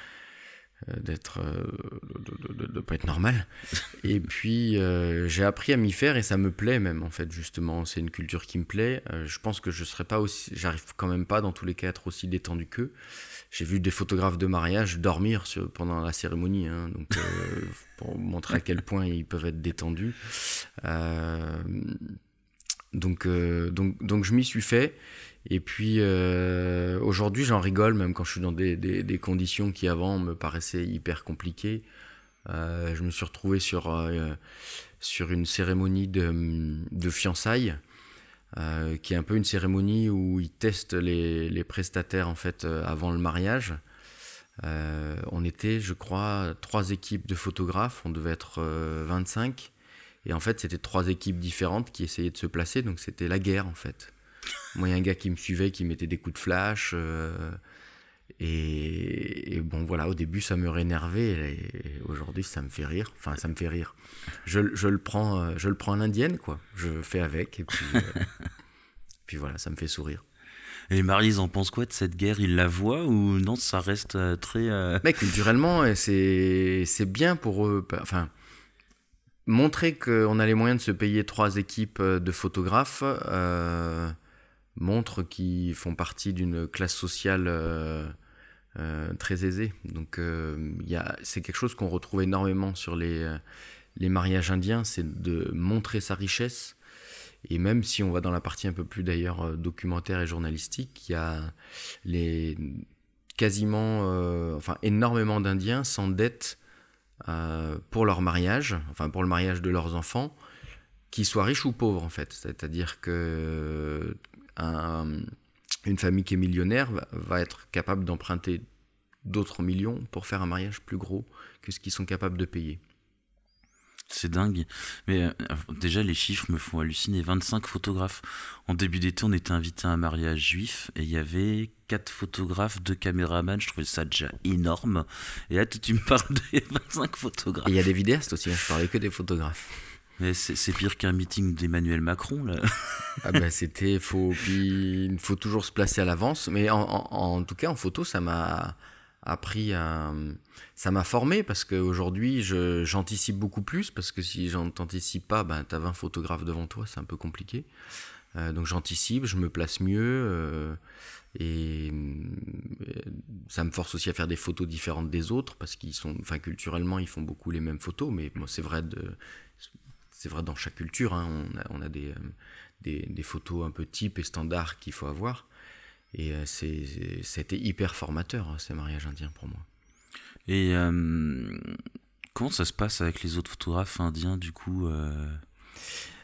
pas être normal. Et puis j'ai appris à m'y faire et ça me plaît même en fait, justement, c'est une culture qui me plaît. Je pense que j'arrive quand même pas dans tous les cas à être aussi détendu qu'eux. J'ai vu des photographes de mariage dormir pendant la cérémonie, hein, donc pour montrer à quel point ils peuvent être détendus. Donc je m'y suis fait. Et puis aujourd'hui, j'en rigole, même quand je suis dans des conditions qui avant me paraissaient hyper compliquées. Je me suis retrouvé sur une cérémonie de fiançailles, qui est un peu une cérémonie où ils testent les prestataires en fait, avant le mariage. On était, je crois, 3 équipes de photographes, on devait être 25. Et en fait, c'était 3 équipes différentes qui essayaient de se placer, donc c'était la guerre en fait. Moi, il y a un gars qui me suivait, qui mettait des coups de flash. Et bon, voilà, au début, ça me rénervait. Et aujourd'hui, ça me fait rire. Enfin, ça me fait rire. Je le prends en indienne, quoi. Je fais avec. Et puis voilà, ça me fait sourire. Et Marie, ils en pensent quoi de cette guerre? Ils la voient ou non, ça reste très... Mais culturellement, c'est bien pour eux. Enfin... Montrer qu'on a les moyens de se payer 3 équipes de photographes montre qu'ils font partie d'une classe sociale très aisée. Donc c'est quelque chose qu'on retrouve énormément sur les mariages indiens, c'est de montrer sa richesse. Et même si on va dans la partie un peu plus d'ailleurs documentaire et journalistique, il y a énormément d'Indiens s'endettent pour leur mariage, enfin pour le mariage de leurs enfants, qu'ils soient riches ou pauvres en fait. C'est-à-dire que une famille qui est millionnaire va être capable d'emprunter d'autres millions pour faire un mariage plus gros que ce qu'ils sont capables de payer. C'est dingue. Mais déjà, les chiffres me font halluciner. 25 photographes. En début d'été, on était invité à un mariage juif et il y avait 4 photographes, 2 caméramans. Je trouvais ça déjà énorme. Et là, tu me parles de 25 photographes. Et il y a des vidéastes aussi, je parlais que des photographes. Mais c'est pire qu'un meeting d'Emmanuel Macron, là. Ah ben, il faut toujours se placer à l'avance. Mais en tout cas, en photo, ça m'a appris ça m'a formé parce qu'aujourd'hui j'anticipe beaucoup plus, parce que si t'anticipes pas, t'as 20 photographes devant toi, c'est un peu compliqué. Donc j'anticipe, je me place mieux et ça me force aussi à faire des photos différentes des autres parce culturellement ils font beaucoup les mêmes photos, mais bon, c'est vrai dans chaque culture, hein, on a des photos un peu types et standards qu'il faut avoir. Et c'était hyper formateur, ces mariages indiens pour moi. Et comment ça se passe avec les autres photographes indiens, du coup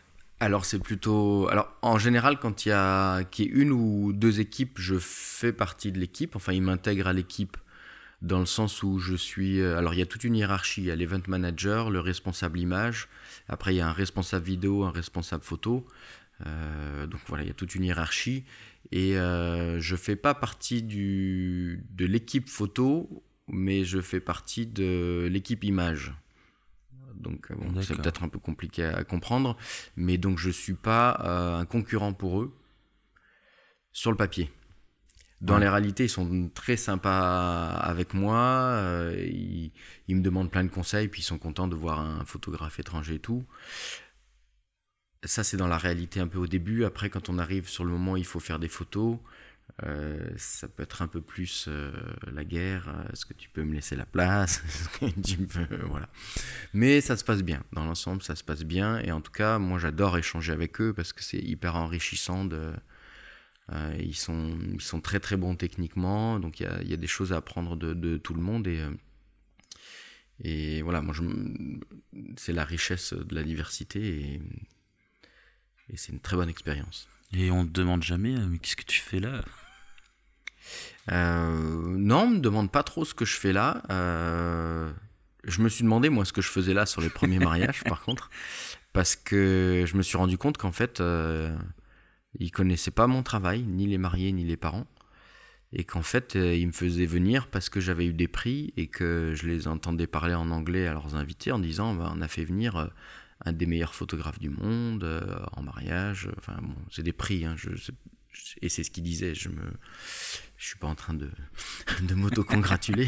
Alors c'est plutôt... Alors en général, quand il y a qu'il y ait une ou deux équipes, je fais partie de l'équipe. Enfin, ils m'intègrent à l'équipe dans le sens où je suis... Alors il y a toute une hiérarchie. Il y a l'event manager, le responsable image. Après, il y a un responsable vidéo, un responsable photo. Donc voilà, il y a toute une hiérarchie. Et je fais pas partie de l'équipe photo, mais je fais partie de l'équipe image. Donc bon, c'est peut-être un peu compliqué à comprendre, mais donc je suis pas un concurrent pour eux sur le papier. Dans les réalités, ils sont très sympas avec moi, ils me demandent plein de conseils, puis ils sont contents de voir un photographe étranger et tout. Ça, c'est dans la réalité un peu au début. Après, quand on arrive sur le moment où il faut faire des photos, ça peut être un peu plus la guerre. Est-ce que tu peux me laisser la place? Voilà. Mais ça se passe bien. Dans l'ensemble, ça se passe bien. Et en tout cas, moi, j'adore échanger avec eux parce que c'est hyper enrichissant. Ils sont très, très bons techniquement. Donc, il y a des choses à apprendre de tout le monde. Et voilà, moi, c'est la richesse de la diversité. Et c'est une très bonne expérience. Et on te demande jamais, mais qu'est-ce que tu fais là? Non, on me demande pas trop ce que je fais là. Je me suis demandé, moi, ce que je faisais là sur les premiers mariages, par contre. Parce que je me suis rendu compte qu'en fait, ils connaissaient pas mon travail, ni les mariés, ni les parents. Et qu'en fait, ils me faisaient venir parce que j'avais eu des prix et que je les entendais parler en anglais à leurs invités en disant on a fait venir un des meilleurs photographes du monde en mariage. Enfin, bon, c'est des prix, hein, et c'est ce qu'ils disaient. Je suis pas en train de m'auto-congratuler.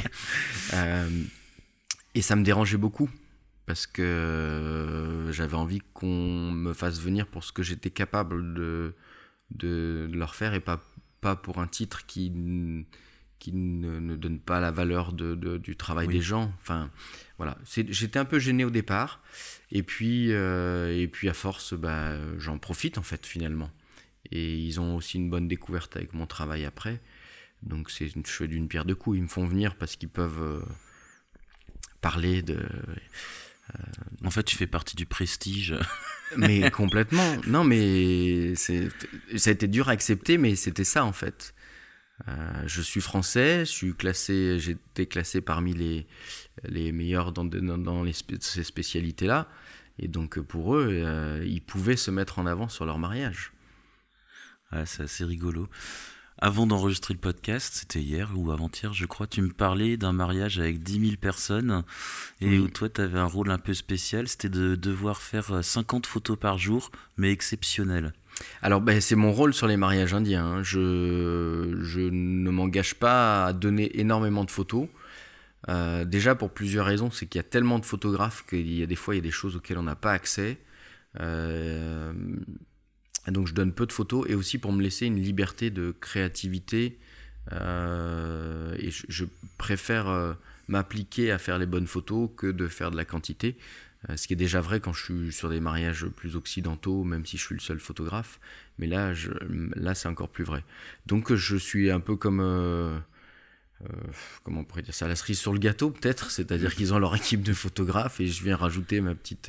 Et ça me dérangeait beaucoup parce que j'avais envie qu'on me fasse venir pour ce que j'étais capable de leur faire et pas pour un titre qui ne donne pas la valeur du travail des gens. Enfin, voilà. J'étais un peu gêné au départ. Et puis à force, j'en profite en fait finalement. Et ils ont aussi une bonne découverte avec mon travail après. Donc c'est une cheveux d'une pierre deux coups. Ils me font venir parce qu'ils peuvent parler de... En fait, tu fais partie du prestige. Mais complètement. Non, mais ça a été dur à accepter, mais c'était ça en fait. Je suis français, j'ai été classé parmi les meilleurs dans ces spécialités-là. Et donc pour eux, ils pouvaient se mettre en avant sur leur mariage. Ouais, c'est assez rigolo. Avant d'enregistrer le podcast, c'était hier ou avant-hier, je crois, tu me parlais d'un mariage avec 10 000 personnes et où toi, tu avais un rôle un peu spécial, c'était de devoir faire 50 photos par jour, mais exceptionnelles. Alors, c'est mon rôle sur les mariages indiens. Hein. Je ne m'engage pas à donner énormément de photos. Déjà, pour plusieurs raisons, c'est qu'il y a tellement de photographes qu'il y a des fois, il y a des choses auxquelles on n'a pas accès. Donc je donne peu de photos et aussi pour me laisser une liberté de créativité et je préfère m'appliquer à faire les bonnes photos que de faire de la quantité, ce qui est déjà vrai quand je suis sur des mariages plus occidentaux, même si je suis le seul photographe, mais là c'est encore plus vrai. Donc je suis un peu comme comment on pourrait dire ça, la cerise sur le gâteau peut-être, c'est-à-dire qu'ils ont leur équipe de photographes et je viens rajouter ma petite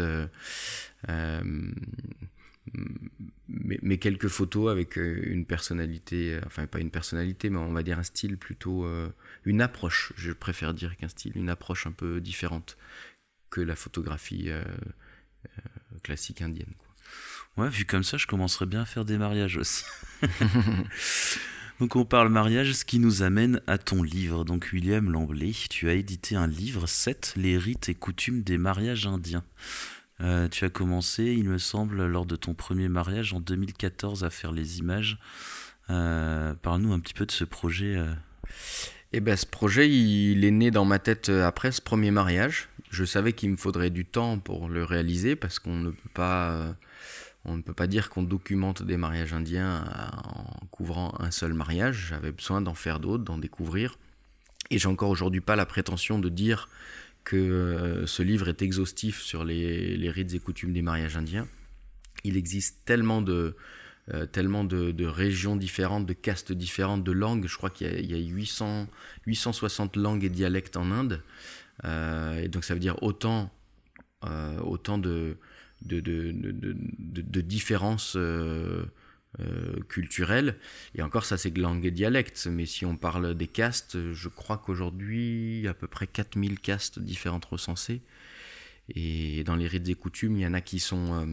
mes quelques photos avec une personnalité, enfin pas une personnalité, mais on va dire un style plutôt, une approche, je préfère dire qu'un style, une approche un peu différente que la photographie classique indienne, quoi. Ouais, vu comme ça, je commencerais bien à faire des mariages aussi. Donc on parle mariage, ce qui nous amène à ton livre. Donc William Lamblay, tu as édité un livre, 7, les rites et coutumes des mariages indiens. Tu as commencé, il me semble, lors de ton premier mariage en 2014 à faire les images. Parle-nous un petit peu de ce projet. Ce projet, il est né dans ma tête après ce premier mariage. Je savais qu'il me faudrait du temps pour le réaliser parce qu'on ne peut pas dire qu'on documente des mariages indiens en couvrant un seul mariage. J'avais besoin d'en faire d'autres, d'en découvrir. Et j'ai encore aujourd'hui pas la prétention de dire que ce livre est exhaustif sur les rites et coutumes des mariages indiens. Il existe tellement de régions différentes, de castes différentes, de langues. Je crois qu'il y a 860 langues et dialectes en Inde. Et donc ça veut dire autant de de différences culturelles. Et encore, ça, c'est que langue et dialecte. Mais si on parle des castes, je crois qu'aujourd'hui, il y a à peu près 4000 castes différentes recensées. Et dans les rites et coutumes, il y en a qui sont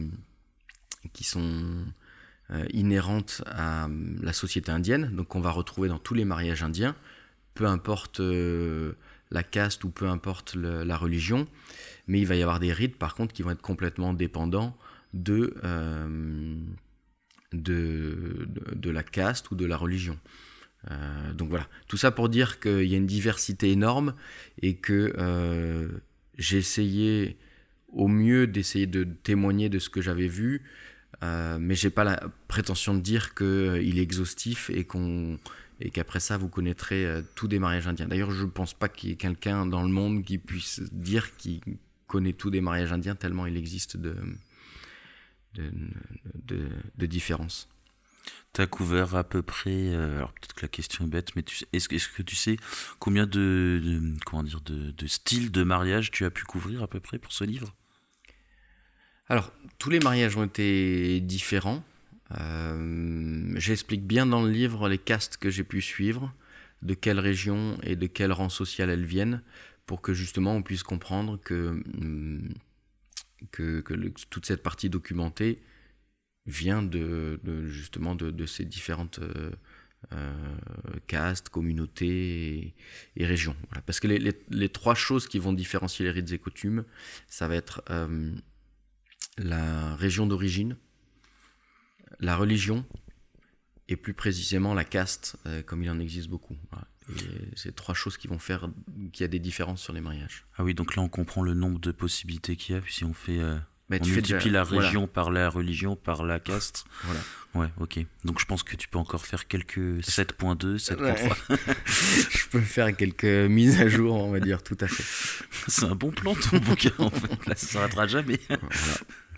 inhérentes à la société indienne, donc qu'on va retrouver dans tous les mariages indiens, peu importe la caste ou peu importe la religion, mais il va y avoir des rites par contre qui vont être complètement dépendants de la caste ou de la religion. Donc voilà, tout ça pour dire qu'il y a une diversité énorme et que j'ai essayé au mieux d'essayer de témoigner de ce que j'avais vu, mais j'ai pas la prétention de dire qu'il est exhaustif et qu'après ça vous connaîtrez tous des mariages indiens. D'ailleurs, je pense pas qu'il y ait quelqu'un dans le monde qui puisse dire qu'il connaît tous des mariages indiens tellement il existe de différences. Tu as couvert à peu près, alors peut-être que la question est bête, mais est-ce que tu sais combien de styles de mariage tu as pu couvrir à peu près pour ce livre ? Alors, tous les mariages ont été différents. J'explique bien dans le livre les castes que j'ai pu suivre, de quelle région et de quel rang social elles viennent, pour que justement on puisse comprendre que toute cette partie documentée vient justement de ces différentes castes, communautés et régions. Voilà. Parce que les trois choses qui vont différencier les rites et coutumes, ça va être la région d'origine, la religion et plus précisément la caste, comme il en existe beaucoup. Voilà. C'est trois choses qui vont faire qu'il y a des différences sur les mariages. Ah oui, donc là on comprend le nombre de possibilités qu'il y a, si on fait... on multiplie déjà, la région par la religion, par la caste. Voilà. Ouais, ok. Donc je pense que tu peux encore faire quelques 7.2, 7.3. Je peux faire quelques mises à jour, on va dire, tout à fait. C'est un bon plan ton bouquin, en fait. Là, ça ne s'arrêtera jamais. Voilà.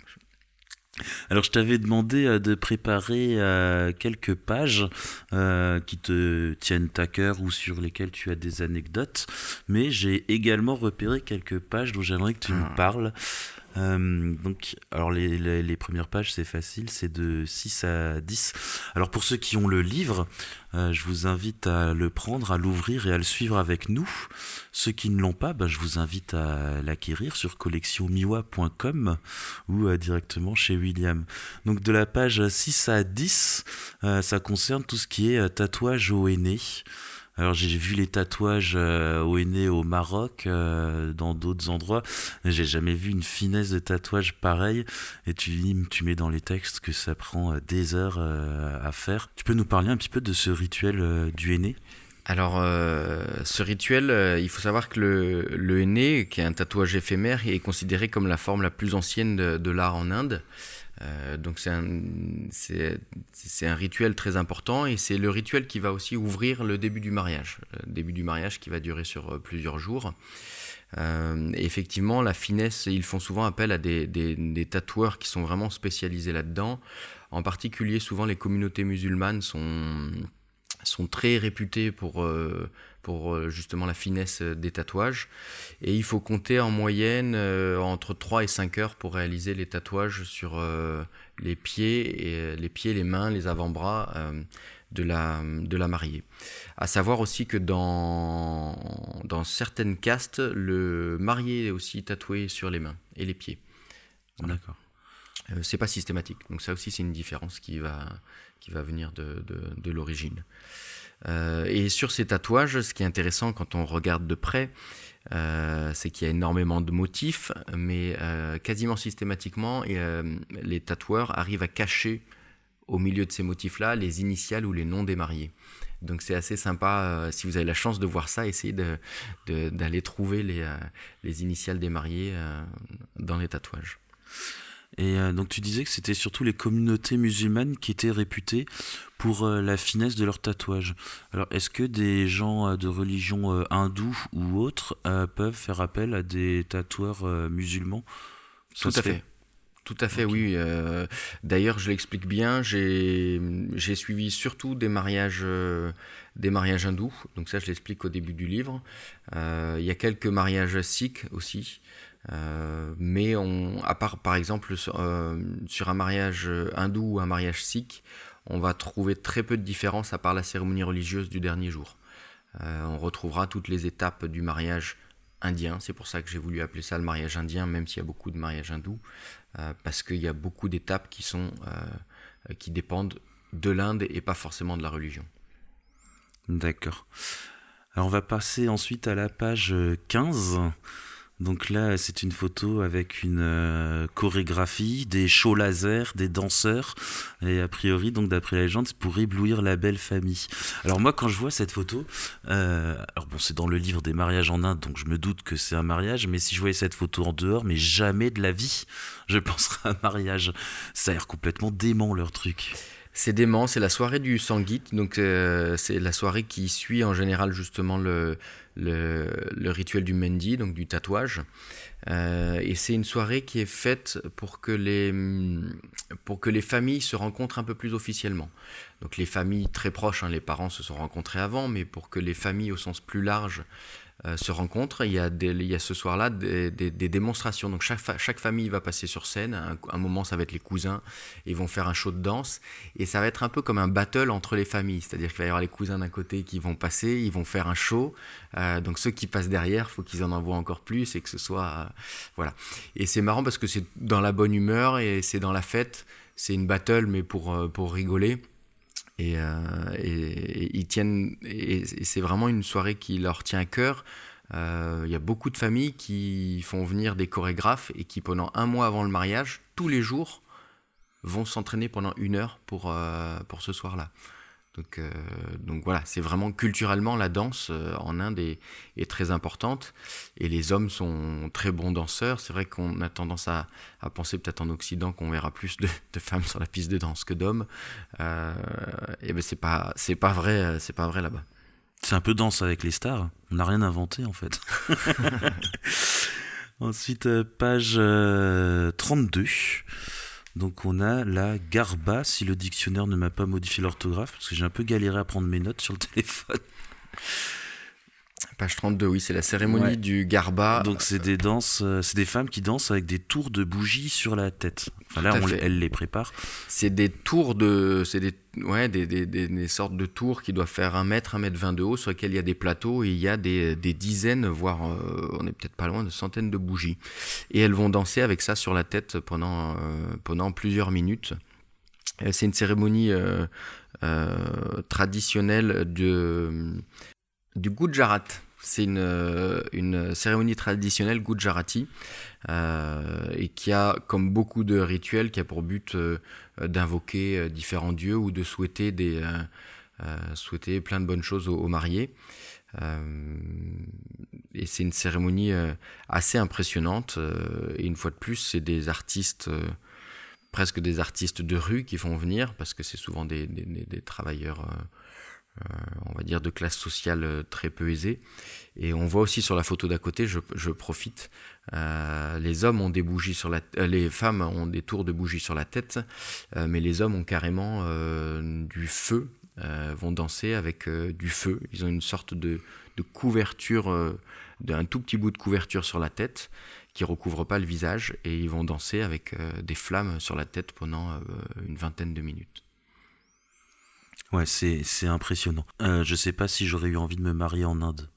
Alors je t'avais demandé de préparer quelques pages qui te tiennent à cœur ou sur lesquelles tu as des anecdotes, mais j'ai également repéré quelques pages dont j'aimerais que tu me parles. Donc, alors les premières pages, c'est facile, c'est de 6 à 10. Alors pour ceux qui ont le livre, je vous invite à le prendre, à l'ouvrir et à le suivre avec nous. Ceux qui ne l'ont pas, je vous invite à l'acquérir sur collectionmiwa.com ou directement chez William. Donc de la page 6 à 10, ça concerne tout ce qui est tatouage au henné. Alors j'ai vu les tatouages au henné au Maroc, dans d'autres endroits, mais j'ai jamais vu une finesse de tatouage pareille. Et tu mets dans les textes que ça prend des heures à faire. Tu peux nous parler un petit peu de ce rituel du henné ? Alors, ce rituel, il faut savoir que le henné, qui est un tatouage éphémère, est considéré comme la forme la plus ancienne de l'art en Inde. Donc c'est un rituel très important et c'est le rituel qui va aussi ouvrir le début du mariage. Le début du mariage qui va durer sur plusieurs jours. Et effectivement, la finesse, ils font souvent appel à des tatoueurs qui sont vraiment spécialisés là-dedans. En particulier, souvent les communautés musulmanes sont très réputées pour justement la finesse des tatouages. Et il faut compter en moyenne entre 3 et 5 heures pour réaliser les tatouages sur les pieds, les mains, les avant-bras de la mariée. À savoir aussi que dans certaines castes, le marié est aussi tatoué sur les mains et les pieds. Voilà. D'accord. C'est pas systématique. Donc ça aussi, c'est une différence qui va venir de l'origine. Et sur ces tatouages, ce qui est intéressant quand on regarde de près, c'est qu'il y a énormément de motifs, mais quasiment systématiquement, les tatoueurs arrivent à cacher au milieu de ces motifs-là les initiales ou les noms des mariés. Donc c'est assez sympa, si vous avez la chance de voir ça, essayez d'aller trouver les initiales des mariés dans les tatouages. Et donc tu disais que c'était surtout les communautés musulmanes qui étaient réputées pour la finesse de leurs tatouages. Alors est-ce que des gens de religion hindoue ou autre peuvent faire appel à des tatoueurs musulmans ? Tout à fait. Tout à fait, Ok. oui. D'ailleurs, je l'explique bien. J'ai suivi surtout des mariages hindous. Donc ça, je l'explique au début du livre. Il y a quelques mariages sikhs aussi. Mais à part, par exemple, sur un mariage hindou ou un mariage sikh, on va trouver très peu de différence à part la cérémonie religieuse du dernier jour. On retrouvera toutes les étapes du mariage indien. C'est pour ça que j'ai voulu appeler ça le mariage indien, même s'il y a beaucoup de mariages hindous. Parce qu'il y a beaucoup d'étapes qui dépendent de l'Inde et pas forcément de la religion. D'accord. Alors on va passer ensuite à la page 15. Donc là, c'est une photo avec une chorégraphie, des shows laser, des danseurs. Et a priori, donc d'après la légende, c'est pour éblouir la belle famille. Alors moi, quand je vois cette photo, alors bon, c'est dans le livre des mariages en Inde, donc je me doute que c'est un mariage. Mais si je voyais cette photo en dehors, mais jamais de la vie, je penserais à un mariage. Ça a l'air complètement dément, leur truc. C'est dément, c'est la soirée du Sangeet, donc c'est la soirée qui suit en général justement le rituel du Mendi, donc du tatouage. Et c'est une soirée qui est faite pour que les familles se rencontrent un peu plus officiellement. Donc les familles très proches, les parents se sont rencontrés avant, mais pour que les familles au sens plus large se rencontrent, il y a ce soir-là des démonstrations. Donc chaque famille va passer sur scène. Un moment, ça va être les cousins. Ils vont faire un show de danse. Et ça va être un peu comme un battle entre les familles. C'est-à-dire qu'il va y avoir les cousins d'un côté qui vont passer, ils vont faire un show. Donc ceux qui passent derrière, il faut qu'ils en envoient encore plus et que ce soit... voilà. Et c'est marrant parce que c'est dans la bonne humeur et c'est dans la fête. C'est une battle, mais pour rigoler. Et ils tiennent, et c'est vraiment une soirée qui leur tient à cœur. Il y a beaucoup de familles qui font venir des chorégraphes et qui, pendant un mois avant le mariage, tous les jours, vont s'entraîner pendant 1 heure pour ce soir-là. Donc voilà, c'est vraiment culturellement la danse en Inde est très importante et les hommes sont très bons danseurs. C'est vrai qu'on a tendance à penser peut-être en Occident qu'on verra plus de femmes sur la piste de danse que d'hommes. Et ben c'est pas vrai, c'est pas vrai là-bas. C'est un peu Danse avec les stars. On n'a rien inventé en fait. Ensuite, page 32. Donc on a la garba, si le dictionnaire ne m'a pas modifié l'orthographe, parce que j'ai un peu galéré à prendre mes notes sur le téléphone. Page 32, oui, c'est la cérémonie du garba. Donc c'est des danses, c'est des femmes qui dansent avec des tours de bougies sur la tête. Enfin là, elle les prépare. C'est des tours c'est des sortes de tours qui doivent faire 1 mètre, 1 mètre 20 de haut, sur lesquels il y a des plateaux et il y a des dizaines, voire on est peut-être pas loin de centaines de bougies. Et elles vont danser avec ça sur la tête pendant plusieurs minutes. C'est une cérémonie traditionnelle du Gujarat. C'est une cérémonie traditionnelle gujarati et qui a, comme beaucoup de rituels, qui a pour but d'invoquer différents dieux ou de souhaiter plein de bonnes choses aux mariés. Et c'est une cérémonie assez impressionnante. Et une fois de plus, c'est des artistes, presque des artistes de rue qui font venir, parce que c'est souvent des travailleurs... on va dire de classe sociale très peu aisée. Et on voit aussi sur la photo d'à côté, je profite, les hommes ont des bougies sur les femmes ont des tours de bougies sur la tête, mais les hommes ont carrément du feu, vont danser avec du feu. Ils ont une sorte de couverture, d'un tout petit bout de couverture sur la tête qui recouvre pas le visage, et ils vont danser avec des flammes sur la tête pendant une vingtaine de minutes. Ouais, c'est impressionnant. Je sais pas si j'aurais eu envie de me marier en Inde.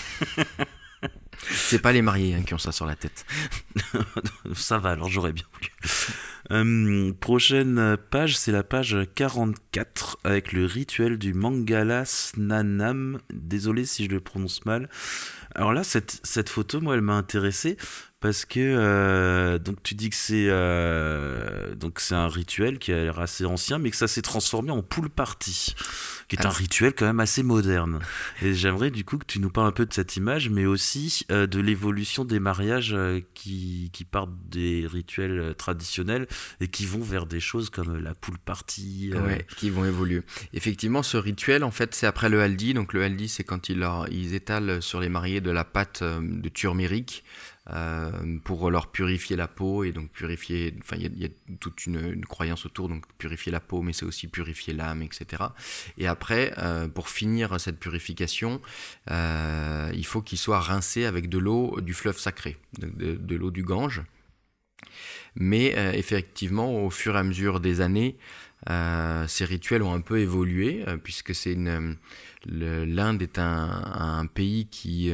C'est pas les mariés qui ont ça sur la tête. Ça va, alors j'aurais bien voulu. Prochaine page, c'est la page 44 avec le rituel du Mangala Snanam. Désolé si je le prononce mal. Alors là, cette photo, moi, elle m'a intéressé parce que donc tu dis que c'est un rituel qui a l'air assez ancien, mais que ça s'est transformé en pool party, qui est un rituel quand même assez moderne. Et j'aimerais du coup que tu nous parles un peu de cette image, mais aussi de l'évolution des mariages qui partent des rituels traditionnels et qui vont vers des choses comme la pool party. Ouais, qui vont évoluer. Effectivement, ce rituel, en fait, c'est après le haldi. Donc le haldi, c'est quand ils étalent sur les mariés de la pâte de turméric pour leur purifier la peau et donc purifier. Enfin, il y a toute une croyance autour, donc purifier la peau, mais c'est aussi purifier l'âme, etc. Et après, pour finir cette purification, il faut qu'ils soient rincés avec de l'eau du fleuve sacré, de l'eau du Gange. Mais effectivement, au fur et à mesure des années, ces rituels ont un peu évolué, puisque l'Inde est un pays qui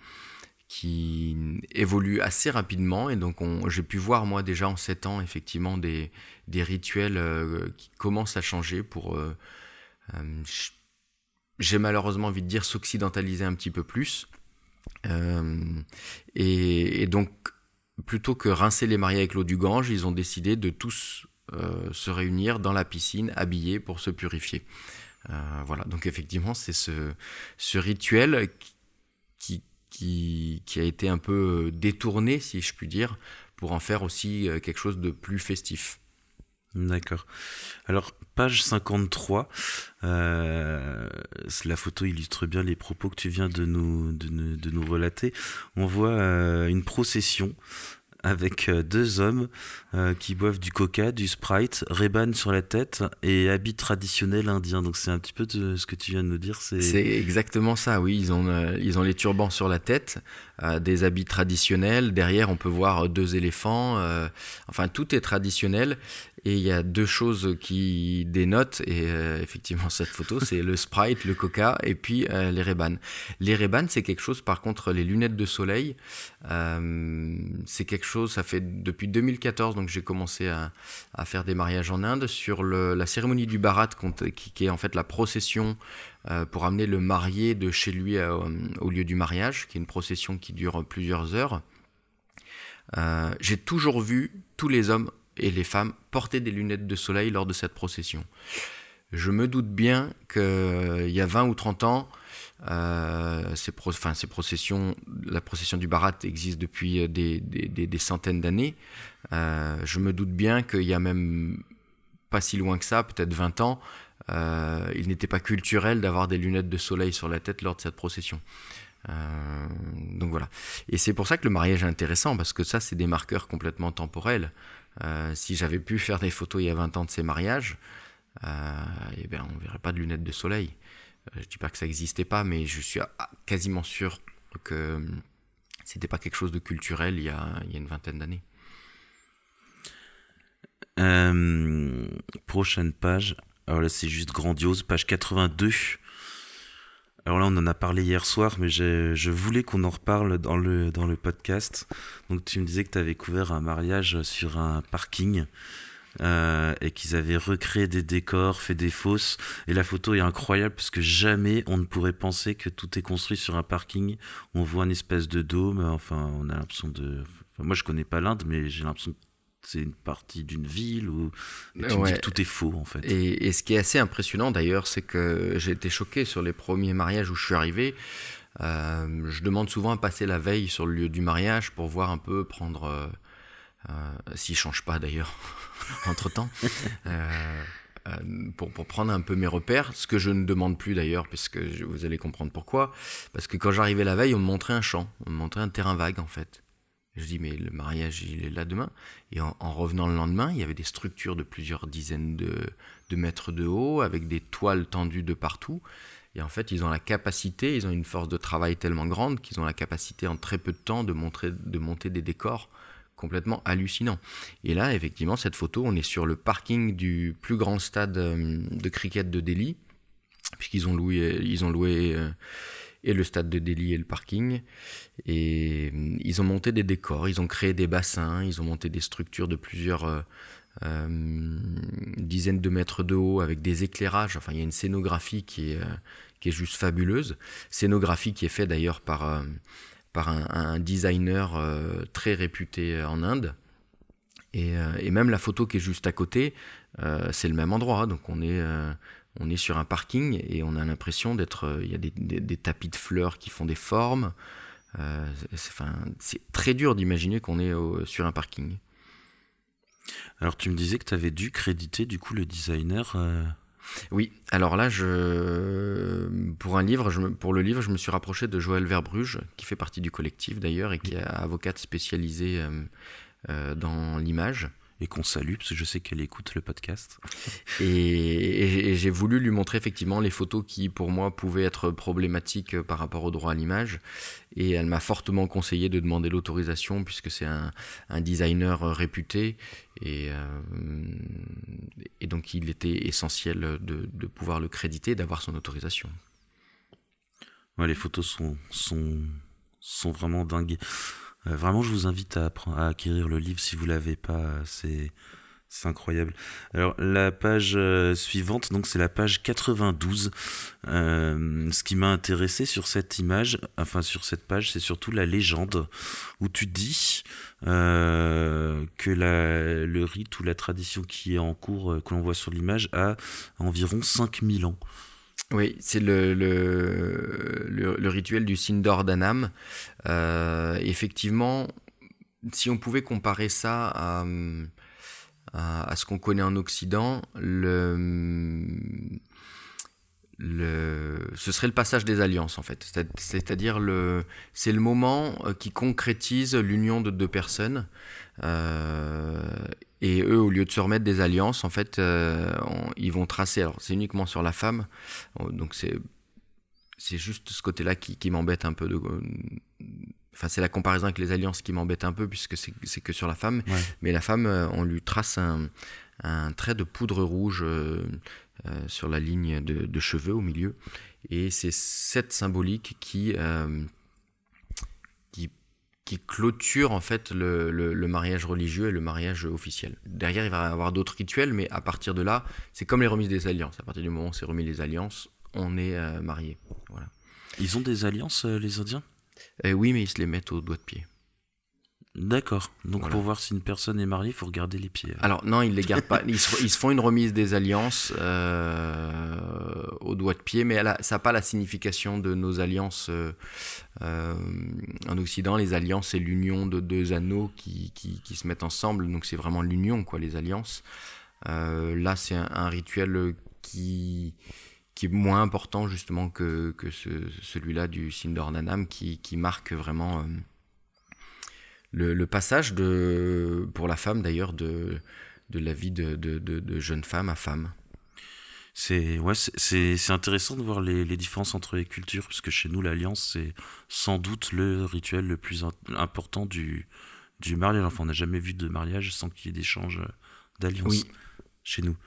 évolue assez rapidement, et donc j'ai pu voir moi déjà en 7 ans effectivement des rituels qui commencent à changer pour, j'ai malheureusement envie de dire, s'occidentaliser un petit peu plus, et donc plutôt que rincer les mariés avec l'eau du Gange, ils ont décidé de tous se réunir dans la piscine, habillés pour se purifier. Voilà, donc effectivement, c'est ce rituel qui a été un peu détourné, si je puis dire, pour en faire aussi quelque chose de plus festif. D'accord. Alors, page 53, la photo illustre bien les propos que tu viens de nous relater. On voit une procession avec 2 hommes qui boivent du coca, du Sprite, Ray-Ban sur la tête et habits traditionnels indiens. Donc c'est un petit peu ce que tu viens de nous dire. C'est exactement ça, oui. Ils ont les turbans sur la tête, des habits traditionnels. Derrière, on peut voir 2 éléphants. Enfin, tout est traditionnel. Et il y a 2 choses qui dénotent, et effectivement cette photo, c'est le Sprite, le Coca, et puis les Ray-Ban. Les Ray-Ban, c'est quelque chose, par contre, les lunettes de soleil, c'est quelque chose, ça fait depuis 2014, donc j'ai commencé à faire des mariages en Inde, sur la cérémonie du Bharat, qui est en fait la procession pour amener le marié de chez lui au lieu du mariage, qui est une procession qui dure plusieurs heures. J'ai toujours vu tous les hommes et les femmes portaient des lunettes de soleil lors de cette procession. Je me doute bien qu'il y a 20 ou 30 ans, ces processions, la procession du Bharat existe depuis des centaines d'années. Je me doute bien qu'il y a même pas si loin que ça, peut-être 20 ans, il n'était pas culturel d'avoir des lunettes de soleil sur la tête lors de cette procession. Donc voilà. Et c'est pour ça que le mariage est intéressant, parce que ça, c'est des marqueurs complètement temporels. Si j'avais pu faire des photos il y a 20 ans de ces mariages, on ne verrait pas de lunettes de soleil. Je ne dis pas que ça n'existait pas, mais je suis quasiment sûr que c'était pas quelque chose de culturel il y a une vingtaine d'années. Prochaine page. Alors là, c'est juste grandiose. Page 82. Alors là, on en a parlé hier soir, mais je voulais qu'on en reparle dans le podcast. Donc tu me disais que tu avais couvert un mariage sur un parking et qu'ils avaient recréé des décors, fait des fosses. Et la photo est incroyable parce que jamais on ne pourrait penser que tout est construit sur un parking. On voit une espèce de dôme. Enfin, on a l'impression de... Enfin, moi, je connais pas l'Inde, mais j'ai l'impression que c'est une partie d'une ville où tu me dis que tout est faux en fait. Et ce qui est assez impressionnant d'ailleurs, c'est que j'ai été choqué sur les premiers mariages où je suis arrivé. Je demande souvent à passer la veille sur le lieu du mariage pour voir un peu, prendre... s'il ne change pas d'ailleurs entre-temps. Pour prendre un peu mes repères, ce que je ne demande plus d'ailleurs, puisque vous allez comprendre pourquoi. Parce que quand j'arrivais la veille, on me montrait un champ, on me montrait un terrain vague en fait. Je dis, mais le mariage, il est là demain. Et en revenant le lendemain, il y avait des structures de plusieurs dizaines de mètres de haut, avec des toiles tendues de partout. Et en fait, ils ont la capacité, ils ont une force de travail tellement grande qu'ils ont la capacité en très peu de temps de monter des décors complètement hallucinants. Et là, effectivement, cette photo, on est sur le parking du plus grand stade de cricket de Delhi, puisqu'ils ont loué et le stade de Delhi et le parking, et ils ont monté des décors, ils ont créé des bassins, ils ont monté des structures de plusieurs dizaines de mètres de haut avec des éclairages. Enfin, il y a une scénographie qui est juste fabuleuse, scénographie qui est faite d'ailleurs par un designer très réputé en Inde, et même la photo qui est juste à côté, c'est le même endroit, donc on est sur un parking et on a l'impression d'être... Il y a des tapis de fleurs qui font des formes. C'est très dur d'imaginer qu'on est sur un parking. Alors tu me disais que tu avais dû créditer du coup le designer. Oui, alors là, pour le livre, je me suis rapproché de Joëlle Verbruge, qui fait partie du collectif d'ailleurs, et qui est avocate spécialisée dans l'image. Et qu'on salue, parce que je sais qu'elle écoute le podcast. Et j'ai voulu lui montrer effectivement les photos qui, pour moi, pouvaient être problématiques par rapport au droit à l'image. Et elle m'a fortement conseillé de demander l'autorisation, puisque c'est un designer réputé. Et donc, il était essentiel de pouvoir le créditer, d'avoir son autorisation. Ouais, les photos sont vraiment dingues. Vraiment, je vous invite à acquérir le livre si vous l'avez pas. C'est incroyable. Alors, la page suivante, donc c'est la page 92. Ce qui m'a intéressé sur cette image, enfin sur cette page, c'est surtout la légende où tu dis que le rite ou la tradition qui est en cours, que l'on voit sur l'image, a environ 5000 ans. Oui, c'est le rituel du Sindor d'Anam. Effectivement, si on pouvait comparer ça à ce qu'on connaît en Occident, ce serait le passage des alliances en fait. C'est-à-dire c'est le moment qui concrétise l'union de deux personnes. Et eux, au lieu de se remettre des alliances, en fait, ils vont tracer. Alors, c'est uniquement sur la femme, donc c'est juste ce côté-là qui m'embête un peu. Enfin, c'est la comparaison avec les alliances qui m'embête un peu, puisque c'est que sur la femme. Ouais. Mais la femme, on lui trace un trait de poudre rouge sur la ligne de cheveux au milieu. Et c'est cette symbolique qui clôture en fait le mariage religieux et le mariage officiel. Derrière, il va y avoir d'autres rituels, mais à partir de là, c'est comme les remises des alliances. À partir du moment où c'est remis les alliances, on est marié. Voilà. Ils ont des alliances, les Indiens ? Oui, mais ils se les mettent au doigt de pied. D'accord. Donc voilà. Pour voir si une personne est mariée, il faut regarder les pieds. Alors non, ils ne les gardent pas. Ils se font une remise des alliances au doigt de pied, mais ça n'a pas la signification de nos alliances en Occident. Les alliances, c'est l'union de deux anneaux qui se mettent ensemble. Donc c'est vraiment l'union, quoi, les alliances. Là, c'est un rituel qui est moins important justement que celui-là du Sindor d'Anam, qui marque vraiment... Le passage pour la femme d'ailleurs de la vie de jeune femme à femme. C'est intéressant de voir les différences entre les cultures, parce que chez nous l'alliance c'est sans doute le rituel le plus important du mariage. Enfin, on n'a jamais vu de mariage sans qu'il y ait d'échange d'alliance chez nous.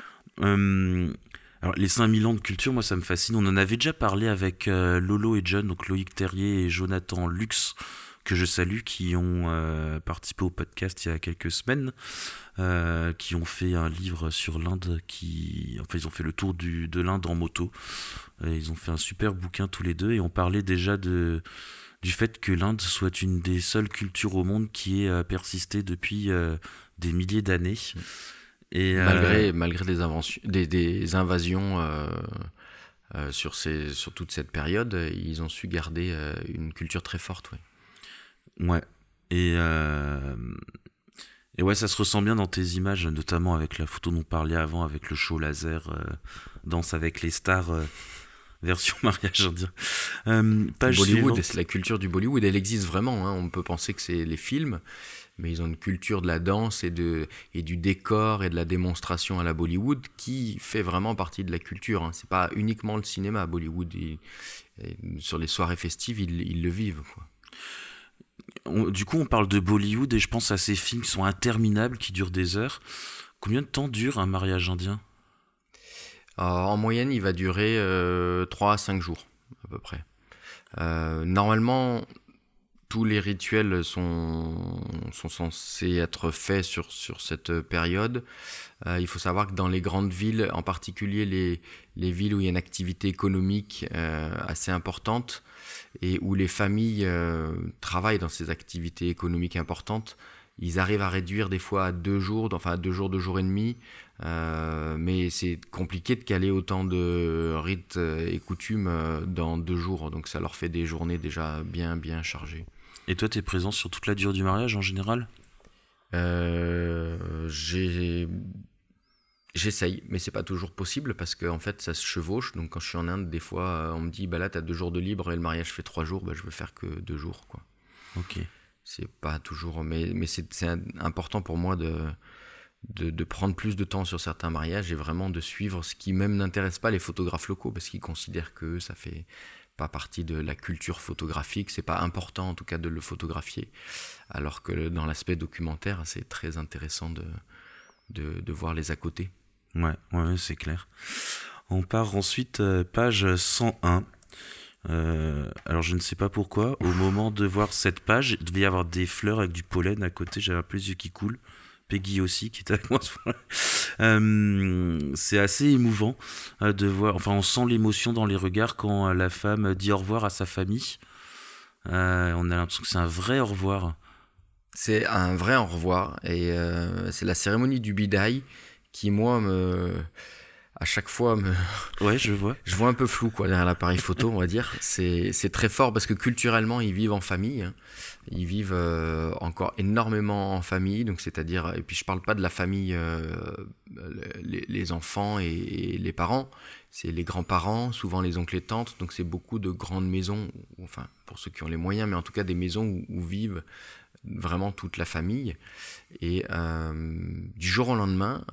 Alors les 5000 ans de culture, moi ça me fascine. On en avait déjà parlé avec Lolo et John, donc Loïc Terrier et Jonathan Lux, que je salue, qui ont participé au podcast il y a quelques semaines, qui ont fait un livre sur l'Inde, ils ont fait le tour de l'Inde en moto. Ils ont fait un super bouquin tous les deux, et on parlait déjà du fait que l'Inde soit une des seules cultures au monde qui ait persisté depuis des milliers d'années. Et, malgré des invasions sur toute cette période, ils ont su garder une culture très forte, oui. Ouais, et ouais, ça se ressent bien dans tes images, notamment avec la photo dont on parlait avant, avec le show laser, Danse avec les stars, version mariage indien. Page Bollywood, c'est la culture du Bollywood, elle existe vraiment, hein. On peut penser que c'est les films, mais ils ont une culture de la danse et du décor et de la démonstration à la Bollywood qui fait vraiment partie de la culture, hein. C'est pas uniquement le cinéma à Bollywood, sur les soirées festives, ils le vivent, quoi. Du coup, on parle de Bollywood et je pense à ces films qui sont interminables, qui durent des heures. Combien de temps dure un mariage indien ? En moyenne, il va durer 3 à 5 jours, à peu près. Normalement, tous les rituels sont censés être faits sur cette période. Il faut savoir que dans les grandes villes, en particulier les villes où il y a une activité économique assez importante, et où les familles travaillent dans ces activités économiques importantes, ils arrivent à réduire des fois à 2 jours, enfin 2 jours, 2 jours et demi, mais c'est compliqué de caler autant de rites et coutumes dans 2 jours, donc ça leur fait des journées déjà bien, bien chargées. Et toi, tu es présent sur toute la durée du mariage en général ? J'essaye, mais c'est pas toujours possible parce que en fait ça se chevauche. Donc quand je suis en Inde, des fois on me dit bah là t'as 2 jours de libre et le mariage fait 3 jours, bah je veux faire que 2 jours quoi. Ok. C'est pas toujours, mais c'est important pour moi de prendre plus de temps sur certains mariages et vraiment de suivre ce qui même n'intéresse pas les photographes locaux parce qu'ils considèrent que ça fait pas partie de la culture photographique, c'est pas important en tout cas de le photographier, alors que dans l'aspect documentaire c'est très intéressant de voir les à côté. Ouais, c'est clair. On part ensuite page 101. Alors je ne sais pas pourquoi, au moment de voir cette page, il devait y avoir des fleurs avec du pollen à côté, j'avais un peu les yeux qui coulent. Peggy aussi qui était avec moi. C'est assez émouvant de voir, enfin on sent l'émotion dans les regards quand la femme dit au revoir à sa famille. On a l'impression que c'est un vrai au revoir. C'est un vrai au revoir et c'est la cérémonie du bidaï qui moi à chaque fois Ouais, je vois un peu flou quoi derrière l'appareil photo, on va dire. C'est très fort parce que culturellement ils vivent en famille, hein. Ils vivent encore énormément en famille, donc c'est-à-dire, et puis je parle pas de la famille les enfants et les parents, c'est les grands-parents, souvent les oncles et tantes, donc c'est beaucoup de grandes maisons, enfin pour ceux qui ont les moyens, mais en tout cas des maisons où vivent vraiment toute la famille. Et du jour au lendemain,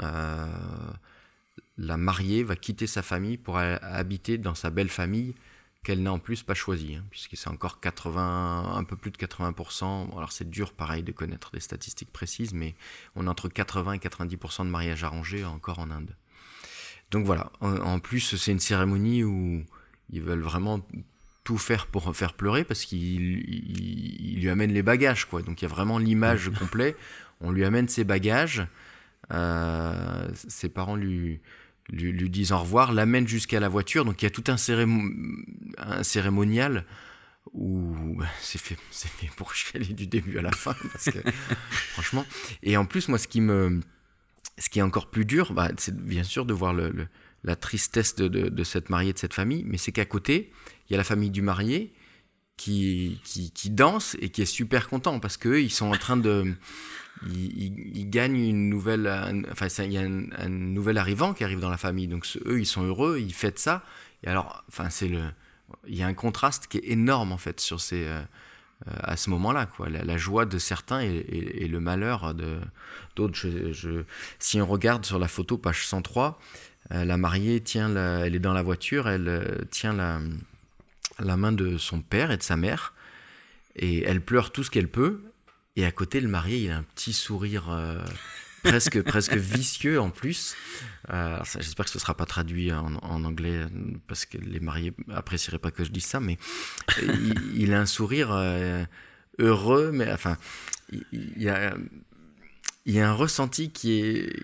la mariée va quitter sa famille pour habiter dans sa belle famille qu'elle n'a en plus pas choisie, hein, puisque c'est encore 80, un peu plus de 80%. Alors c'est dur pareil de connaître des statistiques précises, mais on est entre 80 et 90% de mariages arrangés encore en Inde. Donc voilà, en plus c'est une cérémonie où ils veulent vraiment tout faire pour faire pleurer parce qu'il lui amène les bagages quoi. Donc il y a vraiment l'image complète. On lui amène ses bagages, ses parents lui disent au revoir, l'amènent jusqu'à la voiture. Donc il y a tout un cérémonial où c'est fait pour chialer du début à la fin parce que franchement. Et en plus moi ce qui est encore plus dur, c'est bien sûr de voir la tristesse de cette mariée, de cette famille, mais c'est qu'à côté il y a la famille du marié qui danse et qui est super content parce qu'eux ils sont en train de ils gagnent une nouvelle, il y a un nouvel arrivant qui arrive dans la famille, donc eux ils sont heureux, ils fêtent ça. Et alors il y a un contraste qui est énorme en fait sur à ce moment-là quoi, la joie de certains et le malheur d'autres. Si on regarde sur la photo page 103, la mariée elle est dans la voiture, elle tient la main de son père et de sa mère et elle pleure tout ce qu'elle peut. Et à côté, le marié, il a un petit sourire presque vicieux en plus. J'espère que ce ne sera pas traduit en anglais parce que les mariés n'apprécieraient pas que je dise ça, mais il a un sourire heureux, mais enfin, il y a un ressenti qui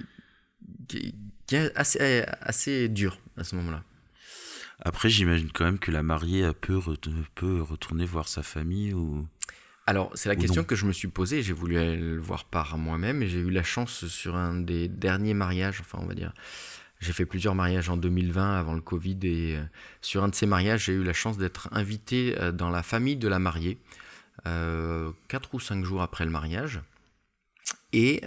est assez dur à ce moment-là. Après, j'imagine quand même que la mariée peut retourner voir sa famille ou... Alors, c'est la question que je me suis posée. J'ai voulu aller le voir par moi-même et j'ai eu la chance sur un des derniers mariages, enfin, on va dire. J'ai fait plusieurs mariages en 2020 avant le Covid et sur un de ces mariages, j'ai eu la chance d'être invité dans la famille de la mariée 4 ou 5 jours après le mariage. Et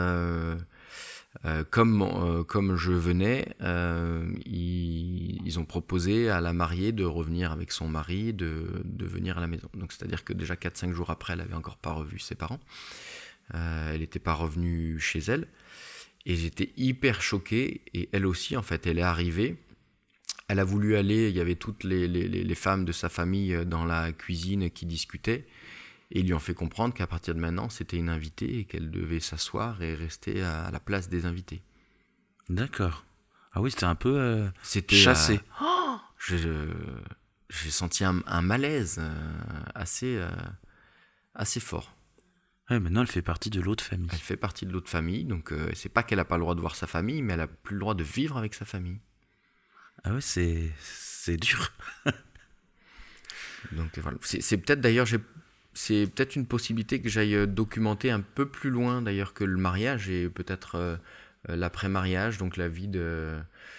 comme je venais, ils ont proposé à la mariée de revenir avec son mari, de venir à la maison. Donc c'est-à-dire que déjà 4-5 jours après, elle n'avait encore pas revu ses parents. Elle n'était pas revenue chez elle. Et j'étais hyper choqué. Et elle aussi, en fait, elle est arrivée. Elle a voulu aller, il y avait toutes les femmes de sa famille dans la cuisine qui discutaient. Et ils lui ont fait comprendre qu'à partir de maintenant, c'était une invitée et qu'elle devait s'asseoir et rester à la place des invités. D'accord. Ah oui, c'était un peu chassé. J'ai senti un malaise assez fort. Ouais, maintenant, elle fait partie de l'autre famille. Elle fait partie de l'autre famille, donc c'est pas qu'elle n'a pas le droit de voir sa famille, mais elle n'a plus le droit de vivre avec sa famille. Ah ouais, c'est dur. Donc voilà. C'est peut-être d'ailleurs... C'est peut-être une possibilité que j'aille documenter un peu plus loin d'ailleurs que le mariage et peut-être l'après-mariage, donc la vie de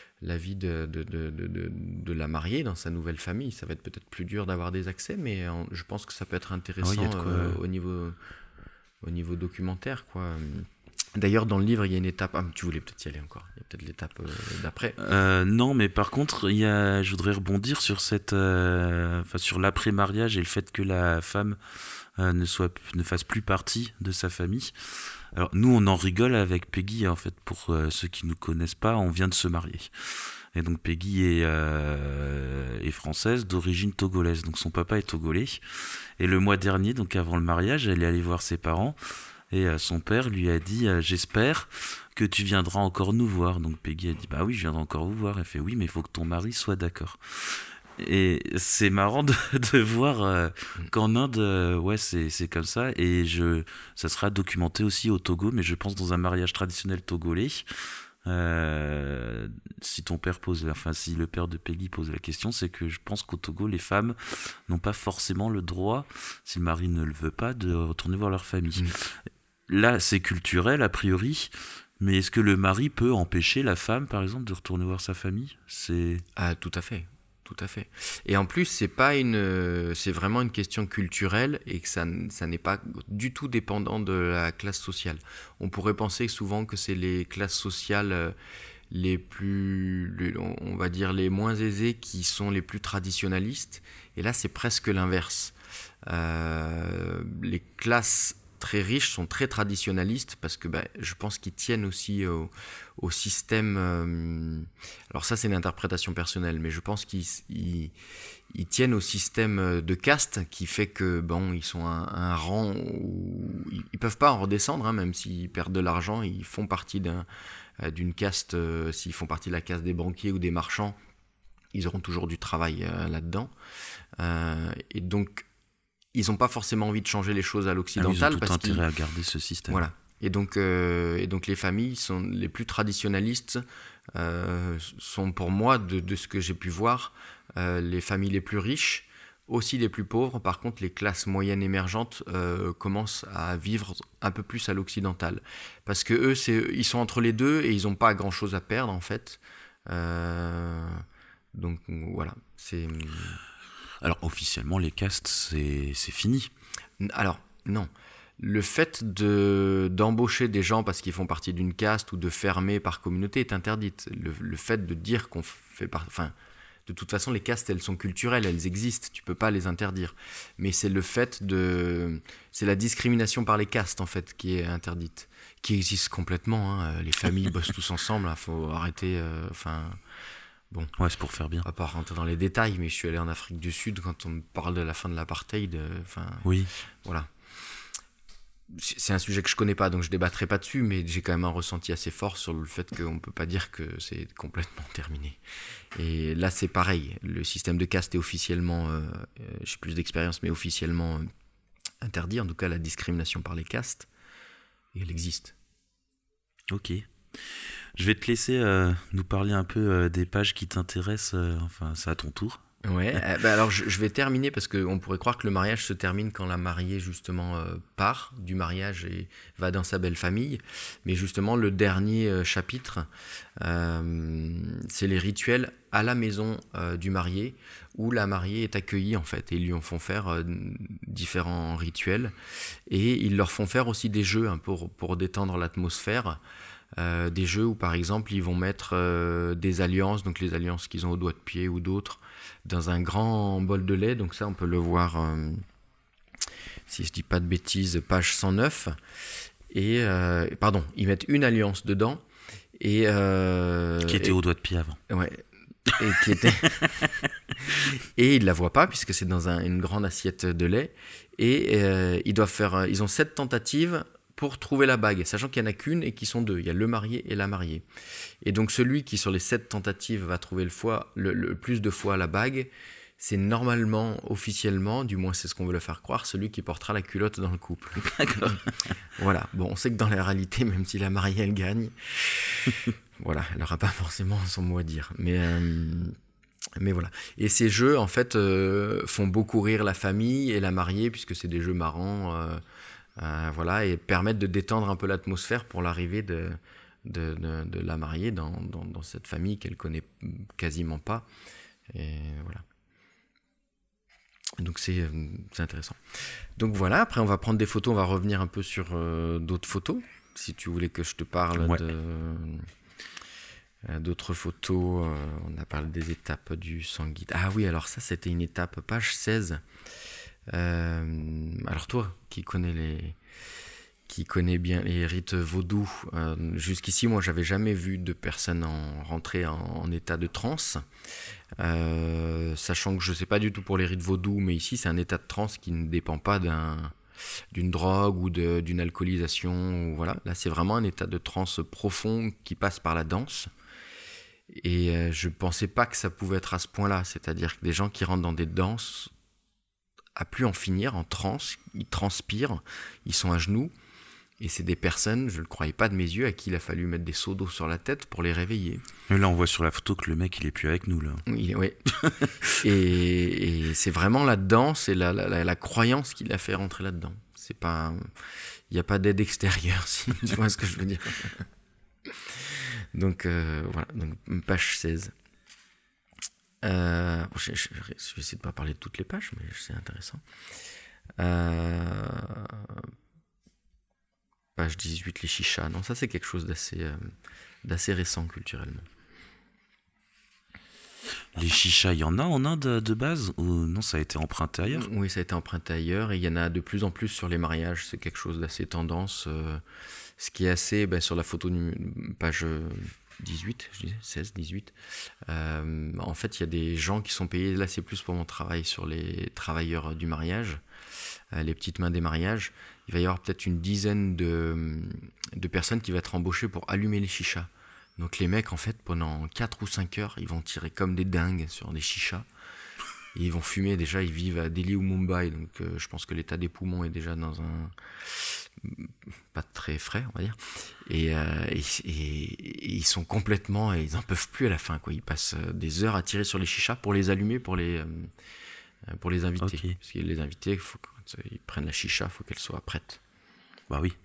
la mariée dans sa nouvelle famille. Ça va être peut-être plus dur d'avoir des accès, mais je pense que ça peut être intéressant au niveau documentaire, quoi. D'ailleurs, dans le livre, il y a une étape. Ah, tu voulais peut-être y aller encore. Il y a peut-être l'étape d'après. Non, mais par contre, je voudrais rebondir sur sur l'après-mariage et le fait que la femme ne fasse plus partie de sa famille. Alors, nous, on en rigole avec Peggy, en fait, pour ceux qui ne nous connaissent pas, on vient de se marier. Et donc, Peggy est française, d'origine togolaise. Donc, son papa est togolais. Et le mois dernier, donc avant le mariage, elle est allée voir ses parents. Et son père lui a dit j'espère que tu viendras encore nous voir. Donc Peggy a dit bah oui, je viendrai encore vous voir. Elle fait oui, mais il faut que ton mari soit d'accord. Et c'est marrant de voir qu'en Inde, ouais, c'est comme ça. Et ça sera documenté aussi au Togo, mais je pense dans un mariage traditionnel togolais. Si le père de Peggy pose la question, c'est que je pense qu'au Togo, les femmes n'ont pas forcément le droit, si le mari ne le veut pas, de retourner voir leur famille. Là, c'est culturel, a priori, mais est-ce que le mari peut empêcher la femme, par exemple, de retourner voir sa famille ? Ah, tout à fait. Tout à fait. Et en plus, c'est vraiment une question culturelle et que ça n'est pas du tout dépendant de la classe sociale. On pourrait penser souvent que c'est les classes sociales on va dire les moins aisées qui sont les plus traditionnalistes. Et là, c'est presque l'inverse. Les classes très riches sont très traditionnalistes parce que je pense qu'ils tiennent aussi au système. Alors ça, c'est une interprétation personnelle, mais je pense qu'ils tiennent au système de caste qui fait que ils sont un rang où ils peuvent pas en redescendre, hein, même s'ils perdent de l'argent, ils font partie d'une caste. S'ils font partie de la caste des banquiers ou des marchands, ils auront toujours du travail là-dedans. Et donc ils n'ont pas forcément envie de changer les choses à l'occidental. Ils ont tout intérêt à garder ce système. Voilà. Et donc les familles sont les plus traditionnalistes, sont pour moi, de ce que j'ai pu voir, les familles les plus riches, aussi les plus pauvres. Par contre, les classes moyennes émergentes commencent à vivre un peu plus à l'occidental. Parce que eux, ils sont entre les deux et ils n'ont pas grand-chose à perdre, en fait. Donc voilà, c'est... Alors officiellement les castes c'est fini. Alors non, le fait d'embaucher des gens parce qu'ils font partie d'une caste ou de fermer par communauté est interdite. Le fait de dire qu'on fait partie... Enfin, de toute façon les castes elles sont culturelles, elles existent, tu peux pas les interdire. Mais c'est c'est la discrimination par les castes en fait qui est interdite, qui existe complètement. Hein. Les familles bossent tous ensemble, il faut arrêter... Bon, ouais, c'est pour faire bien. On va pas rentrer dans les détails, mais je suis allé en Afrique du Sud quand on me parle de la fin de l'apartheid. Oui. Voilà. C'est un sujet que je connais pas, donc je débattrai pas dessus, mais j'ai quand même un ressenti assez fort sur le fait qu'on peut pas dire que c'est complètement terminé. Et là, c'est pareil. Le système de caste est officiellement, j'ai plus d'expérience, mais officiellement interdit. En tout cas, la discrimination par les castes, et elle existe. Ok. Je vais te laisser nous parler un peu des pages qui t'intéressent, c'est à ton tour. Ouais, alors je vais terminer parce qu'on pourrait croire que le mariage se termine quand la mariée justement part du mariage et va dans sa belle famille. Mais justement, le dernier chapitre, c'est les rituels à la maison du marié où la mariée est accueillie en fait. Et ils lui en font faire différents rituels et ils leur font faire aussi des jeux hein, pour détendre l'atmosphère. Des jeux où par exemple ils vont mettre des alliances, donc les alliances qu'ils ont au doigt de pied ou d'autres, dans un grand bol de lait. Donc ça on peut le voir, si je dis pas de bêtises, page 109. Et pardon, ils mettent une alliance dedans. Qui était au doigt de pied avant. Ouais. Et qui était... et ils ne la voient pas puisque c'est dans une grande assiette de lait. Et ils ont 7 tentatives pour trouver la bague, sachant qu'il n'y en a qu'une et qu'ils sont 2. Il y a le marié et la mariée. Et donc celui qui, sur les 7 tentatives, va trouver le plus de fois la bague, c'est normalement, officiellement, du moins c'est ce qu'on veut le faire croire, celui qui portera la culotte dans le couple. Voilà. Bon, on sait que dans la réalité, même si la mariée, elle gagne, voilà, elle n'aura pas forcément son mot à dire. Mais voilà. Et ces jeux, en fait, font beaucoup rire la famille et la mariée, puisque c'est des jeux marrants... voilà, et permettre de détendre un peu l'atmosphère pour l'arrivée de la mariée dans cette famille qu'elle connaît quasiment pas. Et voilà. Donc c'est intéressant. Donc voilà, après on va prendre des photos, on va revenir un peu sur d'autres photos. si tu voulais que je te parle d'autres photos, on a parlé des étapes du Sanguit. Ah oui, alors ça, c'était une étape, page 16. Alors toi, qui connais bien les rites vaudous, jusqu'ici, moi, j'avais jamais vu de personne rentrer en état de transe, sachant que je sais pas du tout pour les rites vaudous, mais ici, c'est un état de transe qui ne dépend pas d'une drogue ou d'une alcoolisation. Voilà. Là, c'est vraiment un état de transe profond qui passe par la danse. Et je pensais pas que ça pouvait être à ce point-là, c'est-à-dire que des gens qui rentrent dans des danses à plus en finir, en transe, ils transpirent, ils sont à genoux, et c'est des personnes, je ne le croyais pas de mes yeux, à qui il a fallu mettre des seaux d'eau sur la tête pour les réveiller. Mais là, on voit sur la photo que le mec, il est plus avec nous, là. Oui. et c'est vraiment la danse et la croyance qui l'a fait rentrer là-dedans. C'est pas, il n'y a pas d'aide extérieure, si tu vois ce que je veux dire. Donc, voilà, donc, page 16. Je vais essayer de ne pas parler de toutes les pages, mais c'est intéressant. Page 18, les chichas. Non, ça c'est quelque chose d'assez récent culturellement. Les chichas, il y en a en Inde de base ou non, ça a été emprunté ailleurs? Oui, ça a été emprunté ailleurs et il y en a de plus en plus sur les mariages. C'est quelque chose d'assez tendance. Ce qui est assez, sur la photo page 18, je disais, 16, 18. En fait, il y a des gens qui sont payés. Là, c'est plus pour mon travail sur les travailleurs du mariage, les petites mains des mariages. Il va y avoir peut-être une dizaine de personnes qui vont être embauchées pour allumer les chichas. Donc les mecs, en fait, pendant 4 ou 5 heures, ils vont tirer comme des dingues sur des chichas. Et ils vont fumer. Déjà, ils vivent à Delhi ou Mumbai. Donc je pense que l'état des poumons est déjà dans un... pas très frais, on va dire. Et ils sont complètement... Ils n'en peuvent plus à la fin, quoi. Ils passent des heures à tirer sur les chichas pour les allumer, pour les invités. Okay. Parce que les invités, quand ils prennent la chicha, il faut qu'elle soit prête. Bah oui.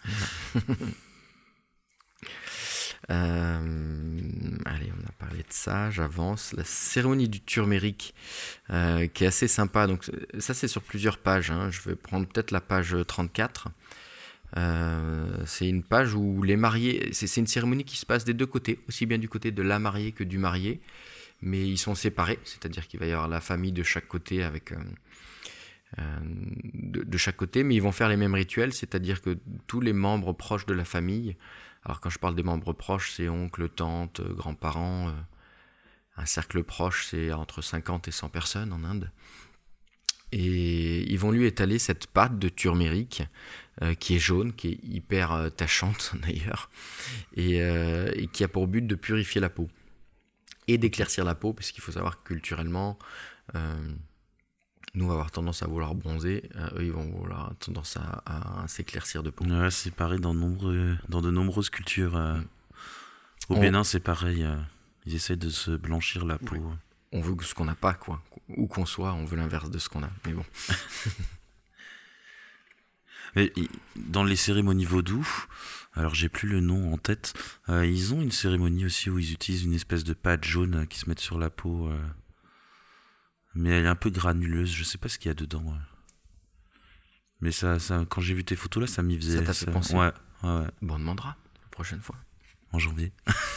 Allez, on a parlé de ça, j'avance. La cérémonie du turmérique, qui est assez sympa. Donc, ça, c'est sur plusieurs pages. Je vais prendre peut-être la page 34. C'est une page où les mariés... C'est une cérémonie qui se passe des deux côtés, aussi bien du côté de la mariée que du marié. Mais ils sont séparés, c'est-à-dire qu'il va y avoir la famille de chaque côté avec... de chaque côté, mais ils vont faire les mêmes rituels, c'est-à-dire que tous les membres proches de la famille... Alors quand je parle des membres proches, c'est oncles, tantes, grands-parents. Un cercle proche, c'est entre 50 et 100 personnes en Inde. Et ils vont lui étaler cette pâte de turmérique qui est jaune, qui est hyper tachante d'ailleurs, et qui a pour but de purifier la peau et d'éclaircir la peau, parce qu'il faut savoir que culturellement, nous on va avoir tendance à vouloir bronzer, eux ils vont avoir tendance à s'éclaircir de peau. Ouais, c'est pareil dans de nombreuses cultures. Au Bénin, c'est pareil. Ils essayent de se blanchir la peau. Ouais. On veut ce qu'on n'a pas, quoi. Où qu'on soit, on veut l'inverse de ce qu'on a. Mais bon. Mais dans les cérémonies vaudou, alors j'ai plus le nom en tête, ils ont une cérémonie aussi où ils utilisent une espèce de pâte jaune qui se met sur la peau. Mais elle est un peu granuleuse, je sais pas ce qu'il y a dedans. Mais ça, quand j'ai vu tes photos là, ça m'y faisait... Ça t'a fait penser. Ouais. Bon, on demandera la prochaine fois. En janvier.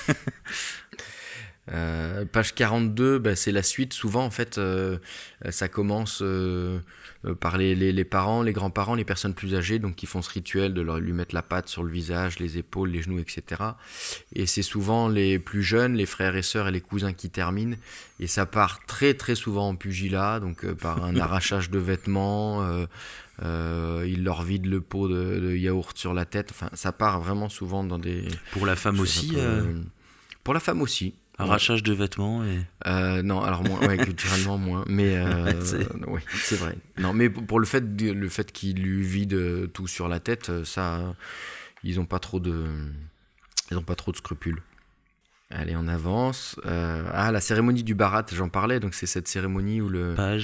Page 42, c'est la suite. Souvent, en fait, ça commence par les parents, les grands-parents, les personnes plus âgées, donc qui font ce rituel de lui mettre la pâte sur le visage, les épaules, les genoux, etc. Et c'est souvent les plus jeunes, les frères et sœurs et les cousins qui terminent. Et ça part très très souvent en pugilat, donc par un arrachage de vêtements. Ils leur vident le pot de yaourt sur la tête. Enfin, ça part vraiment souvent dans des... Pour la femme aussi Pour la femme aussi. Arrachage de vêtements et... non, alors moins, ouais, culturellement moins, mais oui, c'est vrai. Non, mais pour le fait qu'il lui vide tout sur la tête, ça, ils ont pas trop de scrupules. Allez, on avance. La cérémonie du Bharat, j'en parlais, donc c'est cette cérémonie où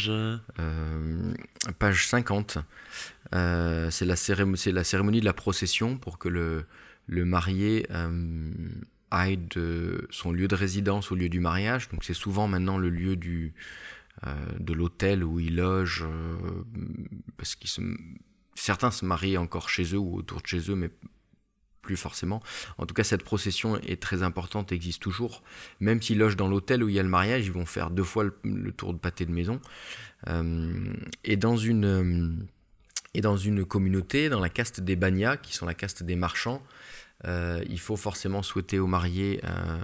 page 50. C'est la cérémonie de la procession pour que le marié aille de son lieu de résidence au lieu du mariage. Donc c'est souvent maintenant le lieu de l'hôtel où il loge, parce certains se marient encore chez eux ou autour de chez eux, mais plus forcément. En tout cas, cette procession est très importante, existe toujours. Même s'ils logent dans l'hôtel où il y a le mariage, ils vont faire 2 fois le tour de pâté de maison. Et dans une communauté, dans la caste des bagnas, qui sont la caste des marchands, il faut forcément souhaiter au marié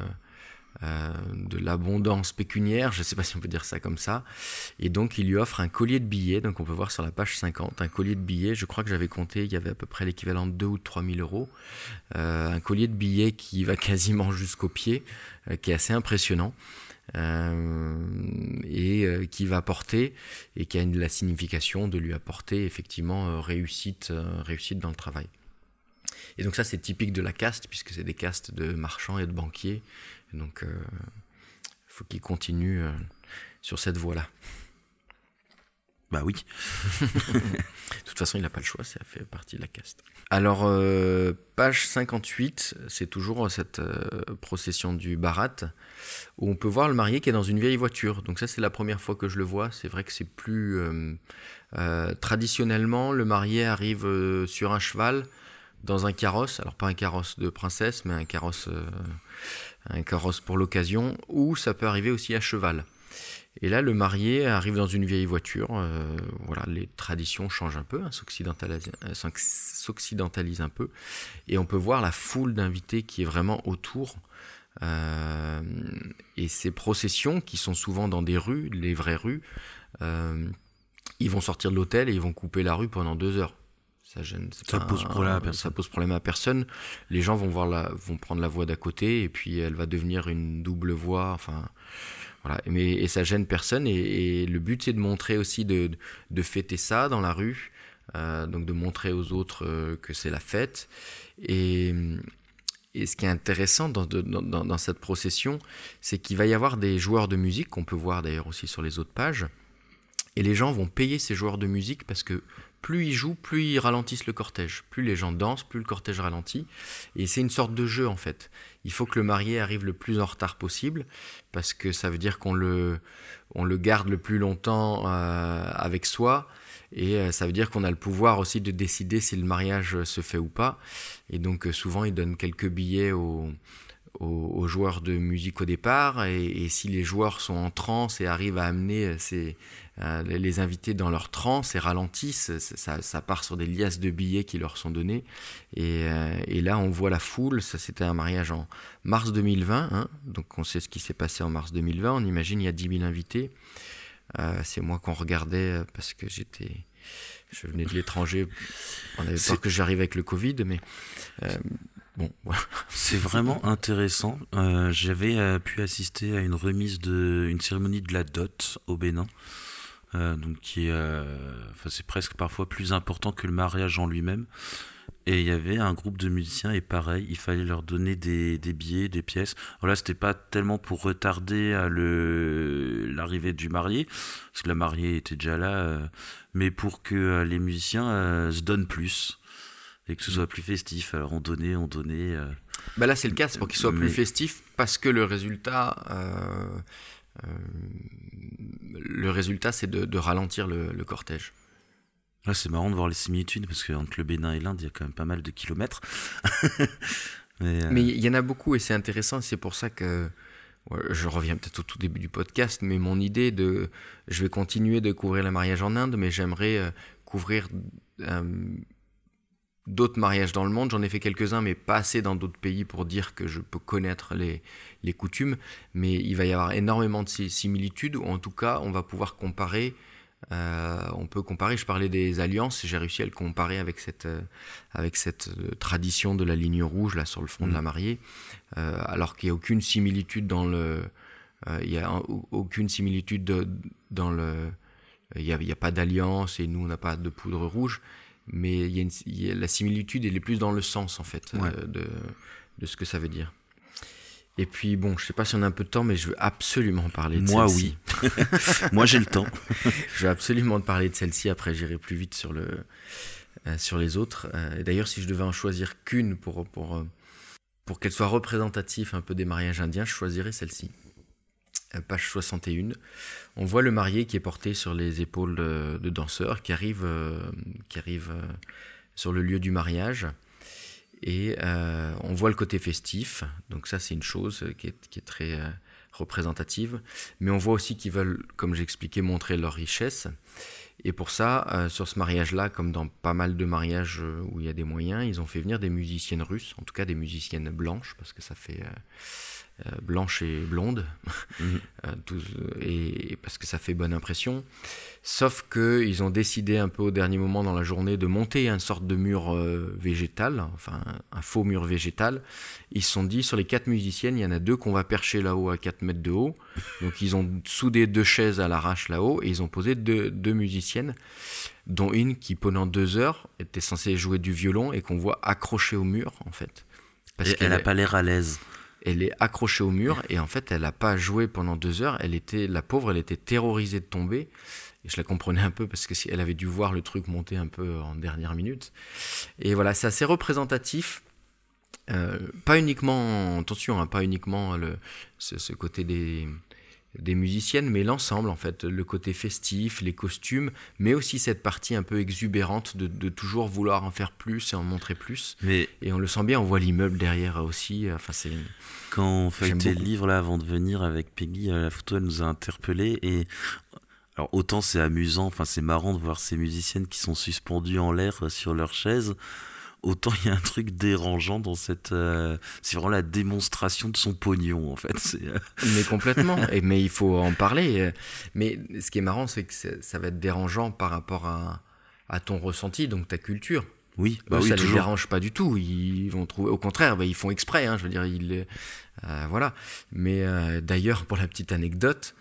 de l'abondance pécuniaire, je ne sais pas si on peut dire ça comme ça, et donc il lui offre un collier de billets, donc on peut voir sur la page 50, un collier de billets, je crois que j'avais compté, il y avait à peu près l'équivalent de 2 ou 3 000 euros, un collier de billets qui va quasiment jusqu'au pied, qui est assez impressionnant, et qui va porter, et qui a la signification de lui apporter effectivement réussite dans le travail. Et donc ça c'est typique de la caste, puisque c'est des castes de marchands et de banquiers. Donc, il faut qu'il continue sur cette voie-là. Bah oui. De toute façon, il n'a pas le choix, ça fait partie de la caste. Alors, page 58, c'est toujours cette procession du Bharat, où on peut voir le marié qui est dans une vieille voiture. Donc ça, c'est la première fois que je le vois. C'est vrai que c'est plus... traditionnellement, le marié arrive sur un cheval, dans un carrosse. Alors, pas un carrosse de princesse, mais un carrosse pour l'occasion, ou ça peut arriver aussi à cheval. Et là, le marié arrive dans une vieille voiture. Voilà, les traditions changent un peu, s'occidentalisent un peu, et on peut voir la foule d'invités qui est vraiment autour. Et ces processions, qui sont souvent dans des rues, les vraies rues, ils vont sortir de l'hôtel et ils vont couper la rue pendant 2 heures. Ça pose problème à personne. Les gens vont prendre la voie d'à côté et puis elle va devenir une double voie. Enfin, voilà. Et ça gêne personne. Et le but, c'est de montrer aussi, de fêter ça dans la rue. Donc de montrer aux autres que c'est la fête. Et ce qui est intéressant dans cette procession, c'est qu'il va y avoir des joueurs de musique, qu'on peut voir d'ailleurs aussi sur les autres pages. Et les gens vont payer ces joueurs de musique parce que plus ils jouent, plus ils ralentissent le cortège. Plus les gens dansent, plus le cortège ralentit. Et c'est une sorte de jeu, en fait. Il faut que le marié arrive le plus en retard possible, parce que ça veut dire qu'on le garde le plus longtemps avec soi. Et ça veut dire qu'on a le pouvoir aussi de décider si le mariage se fait ou pas. Et donc souvent, ils donnent quelques billets aux joueurs de musique au départ. Et si les joueurs sont en transe et arrivent à amener les invités dans leur transe et ralentissent, ça part sur des liasses de billets qui leur sont donnés. Et là, on voit la foule. Ça, c'était un mariage en mars 2020. Hein, donc, on sait ce qui s'est passé en mars 2020. On imagine, il y a 10 000 invités. C'est moi qu'on regardait parce que je venais de l'étranger. On avait peur que j'arrive avec le Covid, mais... Bon, voilà. C'est vraiment intéressant. J'avais pu assister à une remise une cérémonie de la dot au Bénin. Donc c'est presque parfois plus important que le mariage en lui-même. Et il y avait un groupe de musiciens et pareil, il fallait leur donner des billets, des pièces. Alors là, c'était pas tellement pour retarder l'arrivée du marié, parce que la mariée était déjà là, mais pour que les musiciens se donnent plus et que ce soit plus festif. Alors on donnait. Bah là, c'est le cas, c'est pour qu'il soit plus festif, parce que le résultat, c'est de ralentir le cortège. Là, c'est marrant de voir les similitudes, parce qu'entre le Bénin et l'Inde, il y a quand même pas mal de kilomètres. Mais il y en a beaucoup, et c'est intéressant, c'est pour ça que je reviens peut-être au tout début du podcast, mais mon idée je vais continuer de couvrir le mariage en Inde, mais j'aimerais couvrir d'autres mariages dans le monde. J'en ai fait quelques-uns, mais pas assez dans d'autres pays pour dire que je peux connaître les coutumes. Mais il va y avoir énormément de similitudes, ou en tout cas, on va pouvoir comparer. On peut comparer, je parlais des alliances, j'ai réussi à le comparer avec cette tradition de la ligne rouge là sur le front de la mariée, alors qu'il n'y a aucune similitude il n'y a pas d'alliance et nous on n'a pas de poudre rouge, mais la similitude elle est plus dans le sens en fait, de ce que ça veut dire. Et puis bon, je sais pas si on a un peu de temps, mais je veux absolument parler de celle-ci. Moi oui, moi j'ai le temps. Je veux absolument te parler de celle-ci, après j'irai plus vite sur les autres. Et d'ailleurs, si je devais en choisir qu'une pour qu'elle soit représentative un peu des mariages indiens, je choisirais celle-ci. Page 61, on voit le marié qui est porté sur les épaules de danseurs qui arrive sur le lieu du mariage. Et on voit le côté festif, donc ça c'est une chose qui est très représentative, mais on voit aussi qu'ils veulent, comme j'ai expliqué, montrer leur richesse. Et pour ça, sur ce mariage-là, comme dans pas mal de mariages où il y a des moyens, ils ont fait venir des musiciennes russes, en tout cas des musiciennes blanches, parce que ça fait blanche et blonde, et parce que ça fait bonne impression. Sauf qu'ils ont décidé un peu au dernier moment dans la journée de monter une sorte de mur végétal, enfin un faux mur végétal. Ils se sont dit, sur les 4 musiciennes, il y en a 2 qu'on va percher là-haut à 4 mètres de haut. Donc ils ont soudé 2 chaises à l'arrache là-haut et ils ont posé deux musiciennes, dont une qui pendant 2 heures était censée jouer du violon et qu'on voit accrochée au mur en fait. Parce qu'elle n'a pas l'air à l'aise. Elle est accrochée au mur et en fait elle n'a pas joué pendant 2 heures. La pauvre, elle était terrorisée de tomber. Et je la comprenais un peu parce qu'elle avait dû voir le truc monter un peu en dernière minute. Et voilà, c'est assez représentatif. Pas uniquement, attention, pas uniquement ce côté des musiciennes, mais l'ensemble en fait, le côté festif, les costumes, mais aussi cette partie un peu exubérante de toujours vouloir en faire plus et en montrer plus. Et on le sent bien, on voit l'immeuble derrière aussi. Enfin, quand on feuilletait le livre là avant de venir avec Peggy, la photo elle nous a interpellés et alors autant c'est amusant, enfin c'est marrant de voir ces musiciennes qui sont suspendues en l'air sur leur chaise. Autant il y a un truc dérangeant dans cette... c'est vraiment la démonstration de son pognon, en fait. Mais complètement. Mais il faut en parler. Mais ce qui est marrant, c'est que ça va être dérangeant par rapport à ton ressenti, donc ta culture. Oui, ça oui, ne les dérange pas du tout. Ils vont trouver... Au contraire, ils font exprès. Je veux dire, voilà. Mais d'ailleurs, pour la petite anecdote...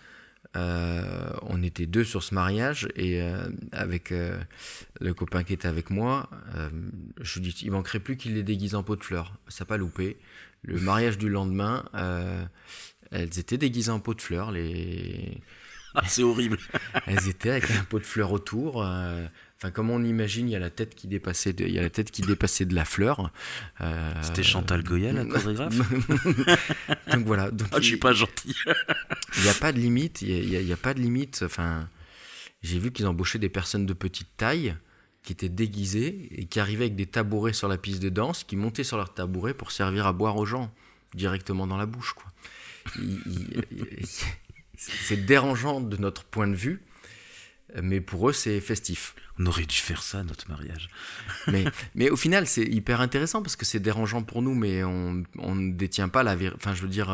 on était 2 sur ce mariage et avec le copain qui était avec moi, je lui dis il manquerait plus qu'il les déguise en pot de fleurs. Ça n'a pas loupé. Le mariage du lendemain, elles étaient déguisées en pot de fleurs. C'est horrible. Elles étaient avec un pot de fleurs autour. Enfin, comme on imagine, il y a la tête qui dépassait de la fleur. C'était Chantal Goya, la chorégraphe. Donc voilà. Je suis pas gentil. Il n'y a pas de limite. Il y a pas de limite. Enfin, j'ai vu qu'ils embauchaient des personnes de petite taille qui étaient déguisées et qui arrivaient avec des tabourets sur la piste de danse, qui montaient sur leur tabouret pour servir à boire aux gens directement dans la bouche, quoi. C'est dérangeant de notre point de vue. Mais pour eux, c'est festif. On aurait dû faire ça, notre mariage. mais au final, c'est hyper intéressant parce que c'est dérangeant pour nous, mais on ne détient pas la vérité. Enfin, je veux dire,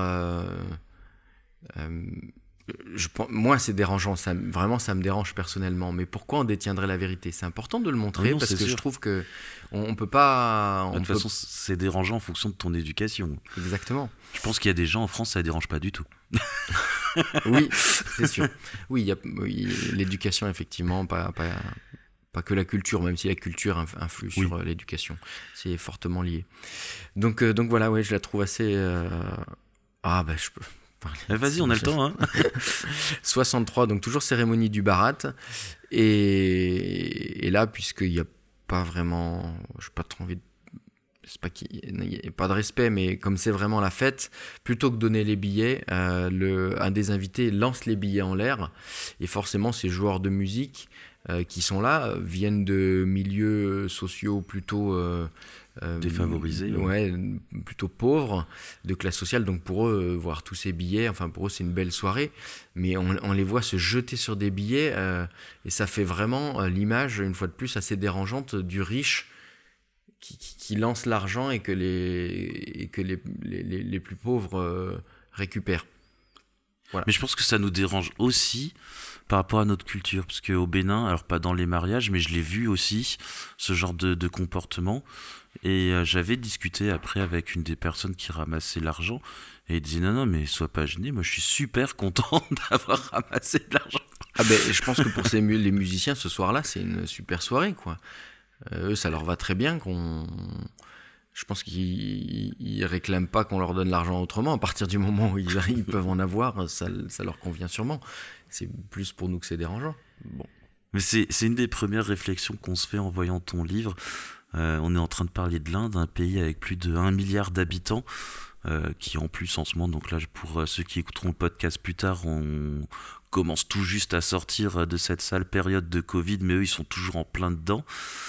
moi, c'est dérangeant. Vraiment, ça me dérange personnellement. Mais pourquoi on détiendrait la vérité ? C'est important de le montrer parce que sûr. Je trouve que on peut pas. De toute façon, c'est dérangeant en fonction de ton éducation. Exactement. Je pense qu'il y a des gens en France, ça ne dérange pas du tout. Oui, c'est sûr. Oui, l'éducation, effectivement, pas que la culture, même si la culture influe sur l'éducation. C'est fortement lié. Donc voilà, ouais, je la trouve assez... je peux... Vas-y, on a le temps. 63, donc toujours cérémonie du Barat. Et là, puisqu'il n'y a pas vraiment... Je n'ai pas trop envie de... C'est pas qu'il n'y ait pas de respect, mais comme c'est vraiment la fête, plutôt que donner les billets, un des invités lance les billets en l'air. Et forcément, ces joueurs de musique qui sont là viennent de milieux sociaux plutôt... défavorisés. Plutôt pauvres, de classe sociale. Donc pour eux, voir tous ces billets, enfin pour eux, c'est une belle soirée. Mais on les voit se jeter sur des billets et ça fait vraiment l'image, une fois de plus, assez dérangeante du riche qui lance l'argent et que les plus pauvres récupèrent. Voilà. Mais je pense que ça nous dérange aussi par rapport à notre culture, parce qu'au Bénin, alors pas dans les mariages, mais je l'ai vu aussi, ce genre de comportement, et j'avais discuté après avec une des personnes qui ramassait l'argent, et il disait non mais sois pas gêné, moi je suis super content d'avoir ramassé de l'argent. Je pense que pour les musiciens, ce soir-là, c'est une super soirée, quoi. Eux, ça leur va très bien je pense qu'ils réclament pas qu'on leur donne l'argent autrement. À partir du moment où ils peuvent en avoir, ça leur convient sûrement. C'est plus pour nous que c'est dérangeant. Bon. Mais c'est une des premières réflexions qu'on se fait en voyant ton livre. On est en train de parler de l'Inde, un pays avec plus de 1 milliard d'habitants, qui en plus en ce moment, donc là pour ceux qui écouteront le podcast plus tard, on commence tout juste à sortir de cette sale période de Covid, mais eux ils sont toujours en plein dedans.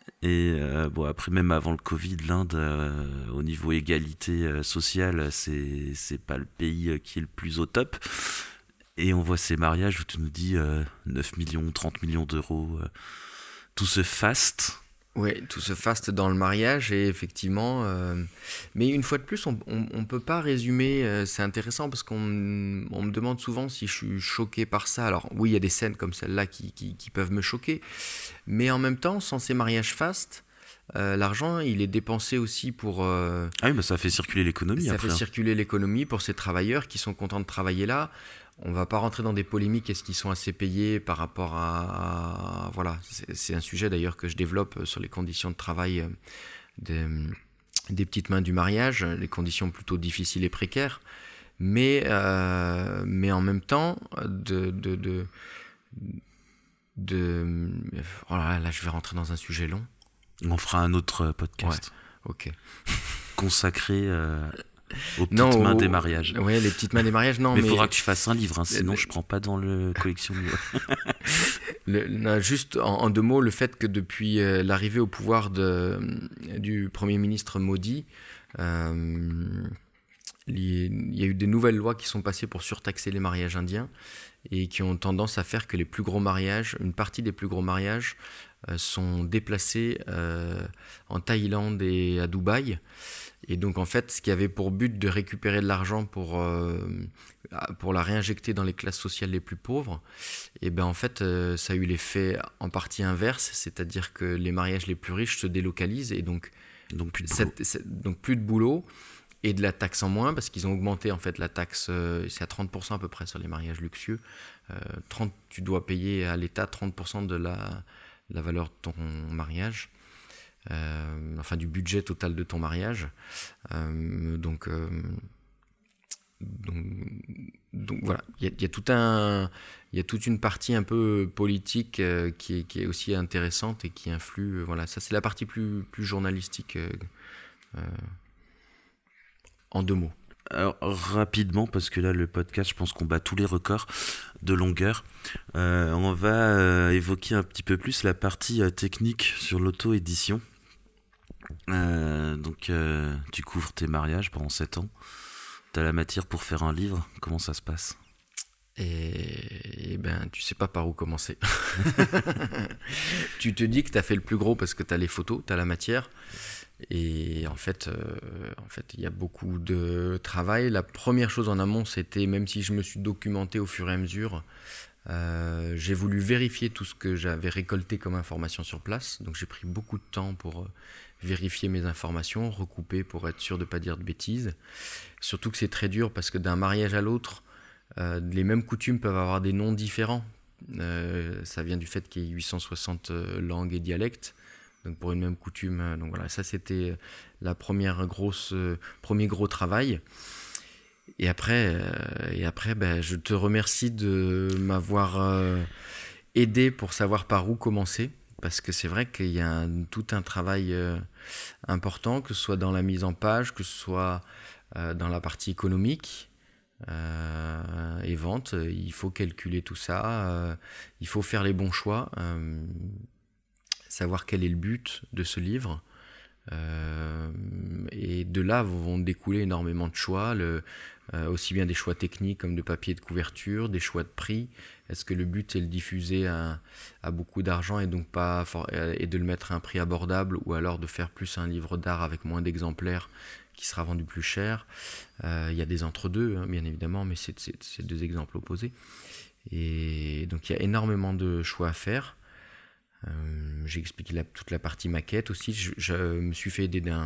Et bon, après, même avant le Covid, l'Inde, au niveau égalité sociale, c'est pas le pays qui est le plus au top. Et on voit ces mariages où tu nous dis 9 millions, 30 millions d'euros, tout ce faste. Oui, tout se faste dans le mariage et effectivement, mais une fois de plus, on peut pas résumer. C'est intéressant parce qu'on me demande souvent si je suis choqué par ça. Alors oui, il y a des scènes comme celle-là qui peuvent me choquer, mais en même temps, sans ces mariages fastes, l'argent, il est dépensé aussi pour. Ah oui, bah ça fait circuler l'économie. Ça après. fait circuler l'économie pour ces travailleurs qui sont contents de travailler là. On ne va pas rentrer dans des polémiques, est-ce qu'ils sont assez payés par rapport à voilà, c'est un sujet d'ailleurs que je développe sur les conditions de travail des petites mains du mariage, les conditions plutôt difficiles et précaires, mais en même temps, oh là, je vais rentrer dans un sujet long. On fera un autre podcast. Ouais, ok. Consacré aux petites mains des mariages. Ouais, les petites mains des mariages, non. Mais il faudra que tu fasses un livre, hein, sinon je prends pas dans le collection. Juste en 2 mots, le fait que depuis l'arrivée au pouvoir du Premier ministre Modi, il y a eu des nouvelles lois qui sont passées pour surtaxer les mariages indiens et qui ont tendance à faire que les plus gros mariages, une partie des plus gros mariages, sont déplacés en Thaïlande et à Dubaï. Et donc en fait, ce qui avait pour but de récupérer de l'argent pour la réinjecter dans les classes sociales les plus pauvres, et ben en fait, ça a eu l'effet en partie inverse, c'est-à-dire que les mariages les plus riches se délocalisent et donc plus de boulot et de la taxe en moins parce qu'ils ont augmenté en fait la taxe, c'est à 30% à peu près sur les mariages luxueux. Tu dois payer à l'État 30% de la valeur de ton mariage. Enfin du budget total de ton mariage, donc voilà, il y a toute une partie un peu politique qui est aussi intéressante et qui influe, voilà, ça c'est la partie plus journalistique en 2 mots. Alors, rapidement, parce que là le podcast, je pense qu'on bat tous les records de longueur, on va évoquer un petit peu plus la partie technique sur l'auto-édition. Donc tu couvres tes mariages pendant 7 ans, tu as la matière pour faire un livre, comment ça se passe? Et ben tu sais pas par où commencer. Tu te dis que tu as fait le plus gros parce que tu as les photos, tu as la matière et en fait il y a beaucoup de travail. La première chose en amont, c'était, même si je me suis documenté au fur et à mesure, j'ai voulu vérifier tout ce que j'avais récolté comme information sur place, donc j'ai pris beaucoup de temps pour vérifier mes informations, recouper pour être sûr de ne pas dire de bêtises. Surtout que c'est très dur parce que d'un mariage à l'autre, les mêmes coutumes peuvent avoir des noms différents. Ça vient du fait qu'il y ait 860 langues et dialectes, donc pour une même coutume. Donc voilà, ça c'était premier gros travail. Et après, je te remercie de m'avoir aidé pour savoir par où commencer, parce que c'est vrai qu'il y a tout un travail important, que ce soit dans la mise en page, que ce soit dans la partie économique et vente. Il faut calculer tout ça, il faut faire les bons choix, savoir quel est le but de ce livre. Et de là vont découler énormément de choix, aussi bien des choix techniques comme de papier de couverture, des choix de prix. Est-ce que le but est de le diffuser à beaucoup d'argent et donc et de le mettre à un prix abordable, ou alors de faire plus un livre d'art avec moins d'exemplaires qui sera vendu plus cher? Il y a des entre-deux, hein, bien évidemment, mais c'est 2 exemples opposés. Et donc il y a énormément de choix à faire. J'ai expliqué toute la partie maquette aussi. Je me suis fait aider d'un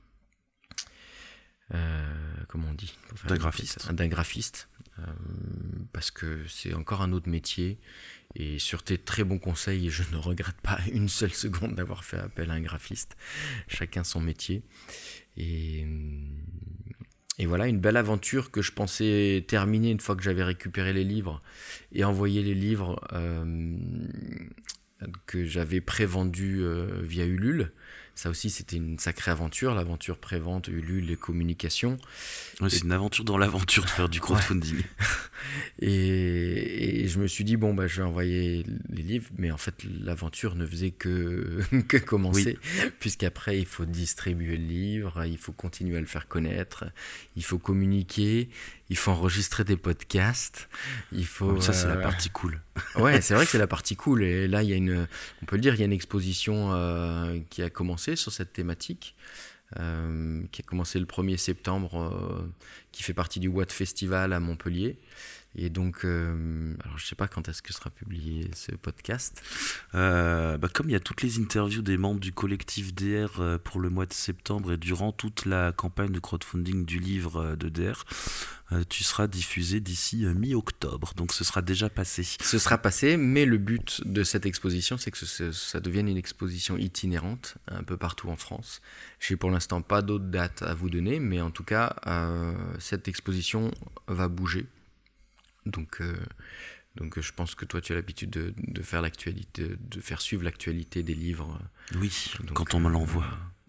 comment on dit, d'un graphiste. D'un graphiste, parce que c'est encore un autre métier. Et sur tes très bons conseils, je ne regrette pas une seule seconde d'avoir fait appel à un graphiste. Chacun son métier. Et voilà, une belle aventure que je pensais terminer une fois que j'avais récupéré les livres et envoyé les livres que j'avais prévendus via Ulule. Ça aussi, c'était une sacrée aventure, l'aventure pré-vente, Ulule, les communications. Ouais, c'est une aventure dans l'aventure de faire du crowdfunding. Ouais. Et je me suis dit, bon, je vais envoyer les livres, mais en fait, l'aventure ne faisait que commencer, puisqu'après, il faut distribuer le livre, il faut continuer à le faire connaître, il faut communiquer, il faut enregistrer des podcasts, il faut... Ça, c'est la partie cool. Ouais, c'est vrai que c'est la partie cool. Et là, on peut le dire, il y a une exposition qui a commencé sur cette thématique, qui a commencé le 1er septembre, qui fait partie du Watt Festival à Montpellier. Et donc, alors je sais pas quand est-ce que sera publié ce podcast. Comme il y a toutes les interviews des membres du collectif DR pour le mois de septembre et durant toute la campagne de crowdfunding du livre de DR, tu seras diffusé d'ici mi-octobre, donc ce sera déjà passé. Ce sera passé, mais le but de cette exposition, c'est que ça devienne une exposition itinérante un peu partout en France. J'ai pour l'instant pas d'autres dates à vous donner, mais en tout cas, cette exposition va bouger. Donc je pense que toi tu as l'habitude de faire l'actualité, de faire suivre l'actualité des livres. Oui, donc, quand on me l'envoie.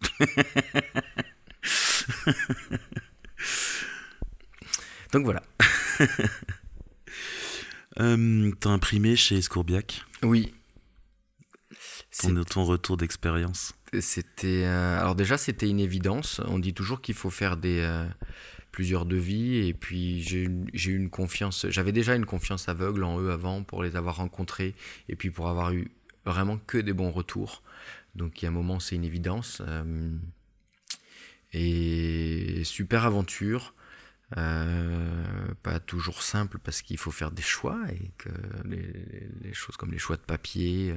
Donc voilà. T'as imprimé chez Escourbiac ? Oui. Ton retour d'expérience ? Alors déjà c'était une évidence. On dit toujours qu'il faut faire plusieurs devis, et puis j'avais déjà une confiance aveugle en eux avant, pour les avoir rencontrés et puis pour avoir eu vraiment que des bons retours. Donc il y a un moment, c'est une évidence. Et super aventure, pas toujours simple parce qu'il faut faire des choix, et que les choses comme les choix de papier,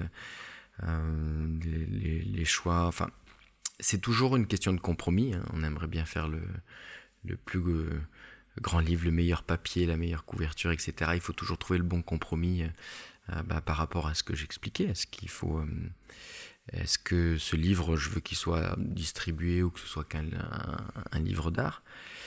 les choix, enfin c'est toujours une question de compromis, hein. On aimerait bien faire le plus grand livre, le meilleur papier, la meilleure couverture, etc. Il faut toujours trouver le bon compromis par rapport à ce que j'expliquais. Est-ce que ce livre, je veux qu'il soit distribué ou que ce soit qu'un livre d'art?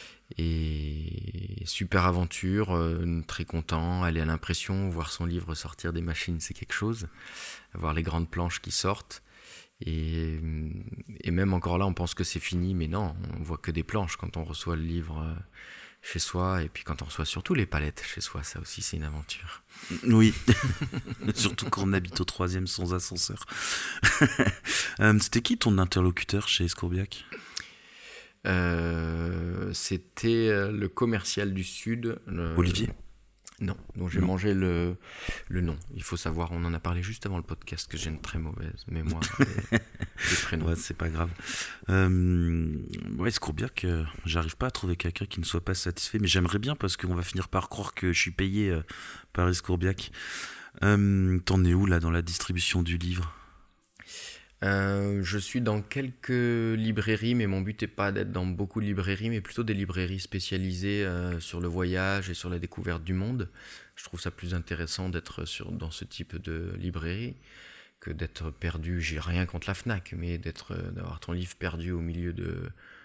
Et super aventure, très content, aller à l'impression, voir son livre sortir des machines, c'est quelque chose. Voir les grandes planches qui sortent. Et même encore là, on pense que c'est fini, mais non, on voit que des planches quand on reçoit le livre chez soi, et puis quand on reçoit surtout les palettes chez soi, ça aussi c'est une aventure. Oui, surtout quand on habite au 3e sans ascenseur. C'était qui ton interlocuteur chez Escourbiac ? C'était le commercial du Sud. Olivier ? Non, dont j'ai mangé le nom. Il faut savoir, on en a parlé juste avant le podcast, que j'ai une très mauvaise mémoire des prénoms. Ouais, c'est pas grave. Escourbiac, j'arrive pas à trouver quelqu'un qui ne soit pas satisfait, mais j'aimerais bien, parce qu'on va finir par croire que je suis payé par Escourbiac. T'en es où là dans la distribution du livre ? Je suis dans quelques librairies, mais mon but n'est pas d'être dans beaucoup de librairies, mais plutôt des librairies spécialisées sur le voyage et sur la découverte du monde. Je trouve ça plus intéressant d'être dans ce type de librairie que d'être perdu. J'ai rien contre la Fnac, mais d'avoir ton livre perdu au milieu de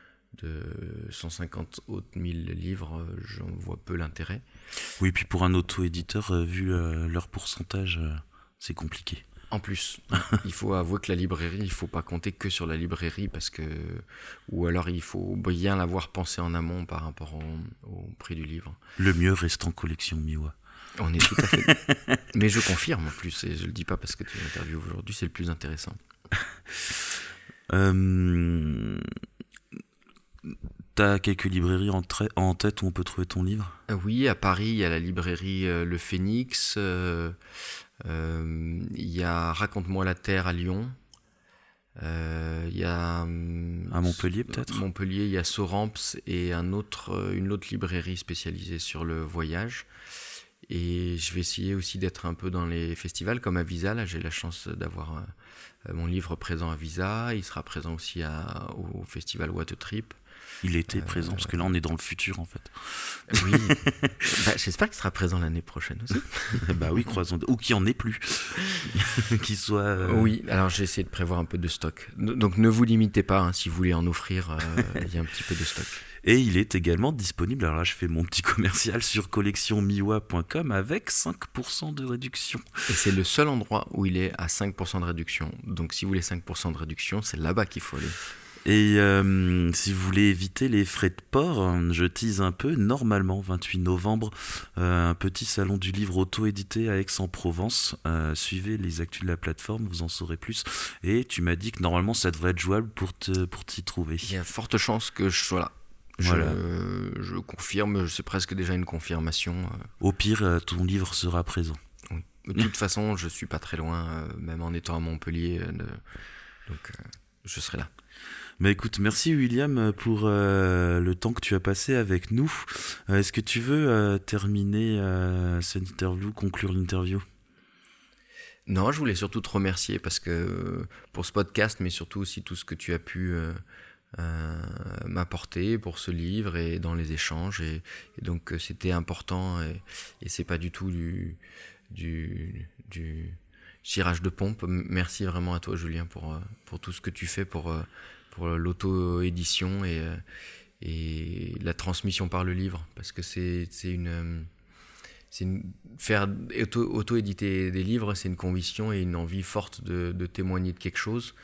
150 autres 1000 livres, j'en vois peu l'intérêt. Oui, puis pour un auto-éditeur, vu leur pourcentage, c'est compliqué. En plus, il faut avouer que la librairie, il ne faut pas compter que sur la librairie, ou alors il faut bien l'avoir pensé en amont par rapport au prix du livre. Le mieux reste en collection Miwa. On est tout à fait. Mais je confirme en plus, et je ne le dis pas parce que tu m'interviews aujourd'hui, c'est le plus intéressant. T'as quelques librairies en tête où on peut trouver ton livre ? Oui, à Paris, il y a la librairie Le Phénix. Il y a Raconte-moi la Terre à Lyon. Il y a à Montpellier peut-être. Montpellier, il y a Soramps et une autre librairie spécialisée sur le voyage. Et je vais essayer aussi d'être un peu dans les festivals comme à Visa. Là, j'ai la chance d'avoir mon livre présent à Visa. Il sera présent aussi au festival What a Trip. Il était présent, parce que là on est dans le futur en fait. Oui, j'espère qu'il sera présent l'année prochaine aussi. Bah oui, croisons, ou qu'il n'y en ait plus. Qu'il soit... Oui, alors j'ai essayé de prévoir un peu de stock. Donc ne vous limitez pas, si vous voulez en offrir, il y a un petit peu de stock. Et il est également disponible, alors là je fais mon petit commercial sur collectionmiwa.com avec 5% de réduction. Et c'est le seul endroit où il est à 5% de réduction. Donc si vous voulez 5% de réduction, c'est là-bas qu'il faut aller. Et si vous voulez éviter les frais de port, je tease un peu, normalement 28 novembre, un petit salon du livre auto-édité à Aix-en-Provence. Suivez les actus de la plateforme, vous en saurez plus. Et tu m'as dit que normalement ça devrait être jouable pour t'y trouver. Il y a forte chance que je sois là. Voilà. Je confirme, c'est presque déjà une confirmation. Au pire, ton livre sera présent. Oui. De toute façon, je suis pas très loin, même en étant à Montpellier, donc je serai là. Bah écoute, merci William pour le temps que tu as passé avec nous. Est-ce que tu veux terminer cette interview, conclure l'interview ? Non, je voulais surtout te remercier parce que pour ce podcast, mais surtout aussi tout ce que tu as pu m'apporter pour ce livre et dans les échanges. Et donc c'était important et c'est pas du tout du cirage de pompe. Merci vraiment à toi Julien pour tout ce que tu fais pour l'auto-édition et la transmission par le livre, parce que faire auto-éditer des livres, c'est une conviction et une envie forte de témoigner de quelque chose.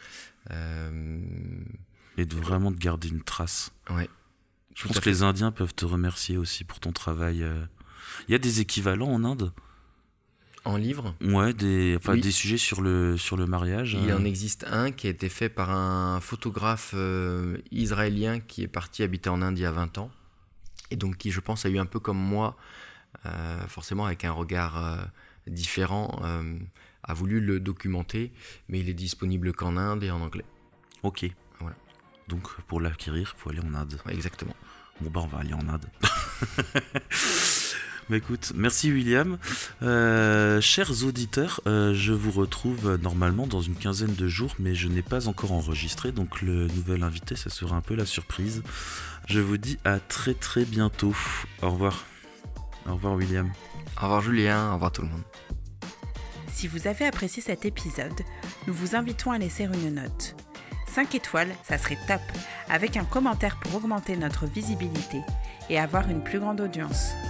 Et de vraiment de garder une trace. Ouais. Je pense que les Indiens peuvent te remercier aussi pour ton travail. Il y a des équivalents en Inde ? En livre ? Ouais, des Oui. sujets sur le mariage. Il en existe un qui a été fait par un photographe israélien qui est parti habiter en Inde il y a 20 ans. Et donc qui, je pense, a eu un peu comme moi, forcément avec un regard différent, a voulu le documenter, mais il est disponible qu'en Inde et en anglais. Ok. Voilà. Donc pour l'acquérir, il faut aller en Inde. Ouais, exactement. Bon bah on va aller en Inde. Bah écoute, merci William. Chers auditeurs, je vous retrouve normalement dans une quinzaine de jours, mais je n'ai pas encore enregistré, donc le nouvel invité, ça sera un peu la surprise. Je vous dis à très très bientôt. Au revoir. Au revoir William. Au revoir Julien, au revoir tout le monde. Si vous avez apprécié cet épisode, nous vous invitons à laisser une note. 5 étoiles, ça serait top, avec un commentaire pour augmenter notre visibilité et avoir une plus grande audience.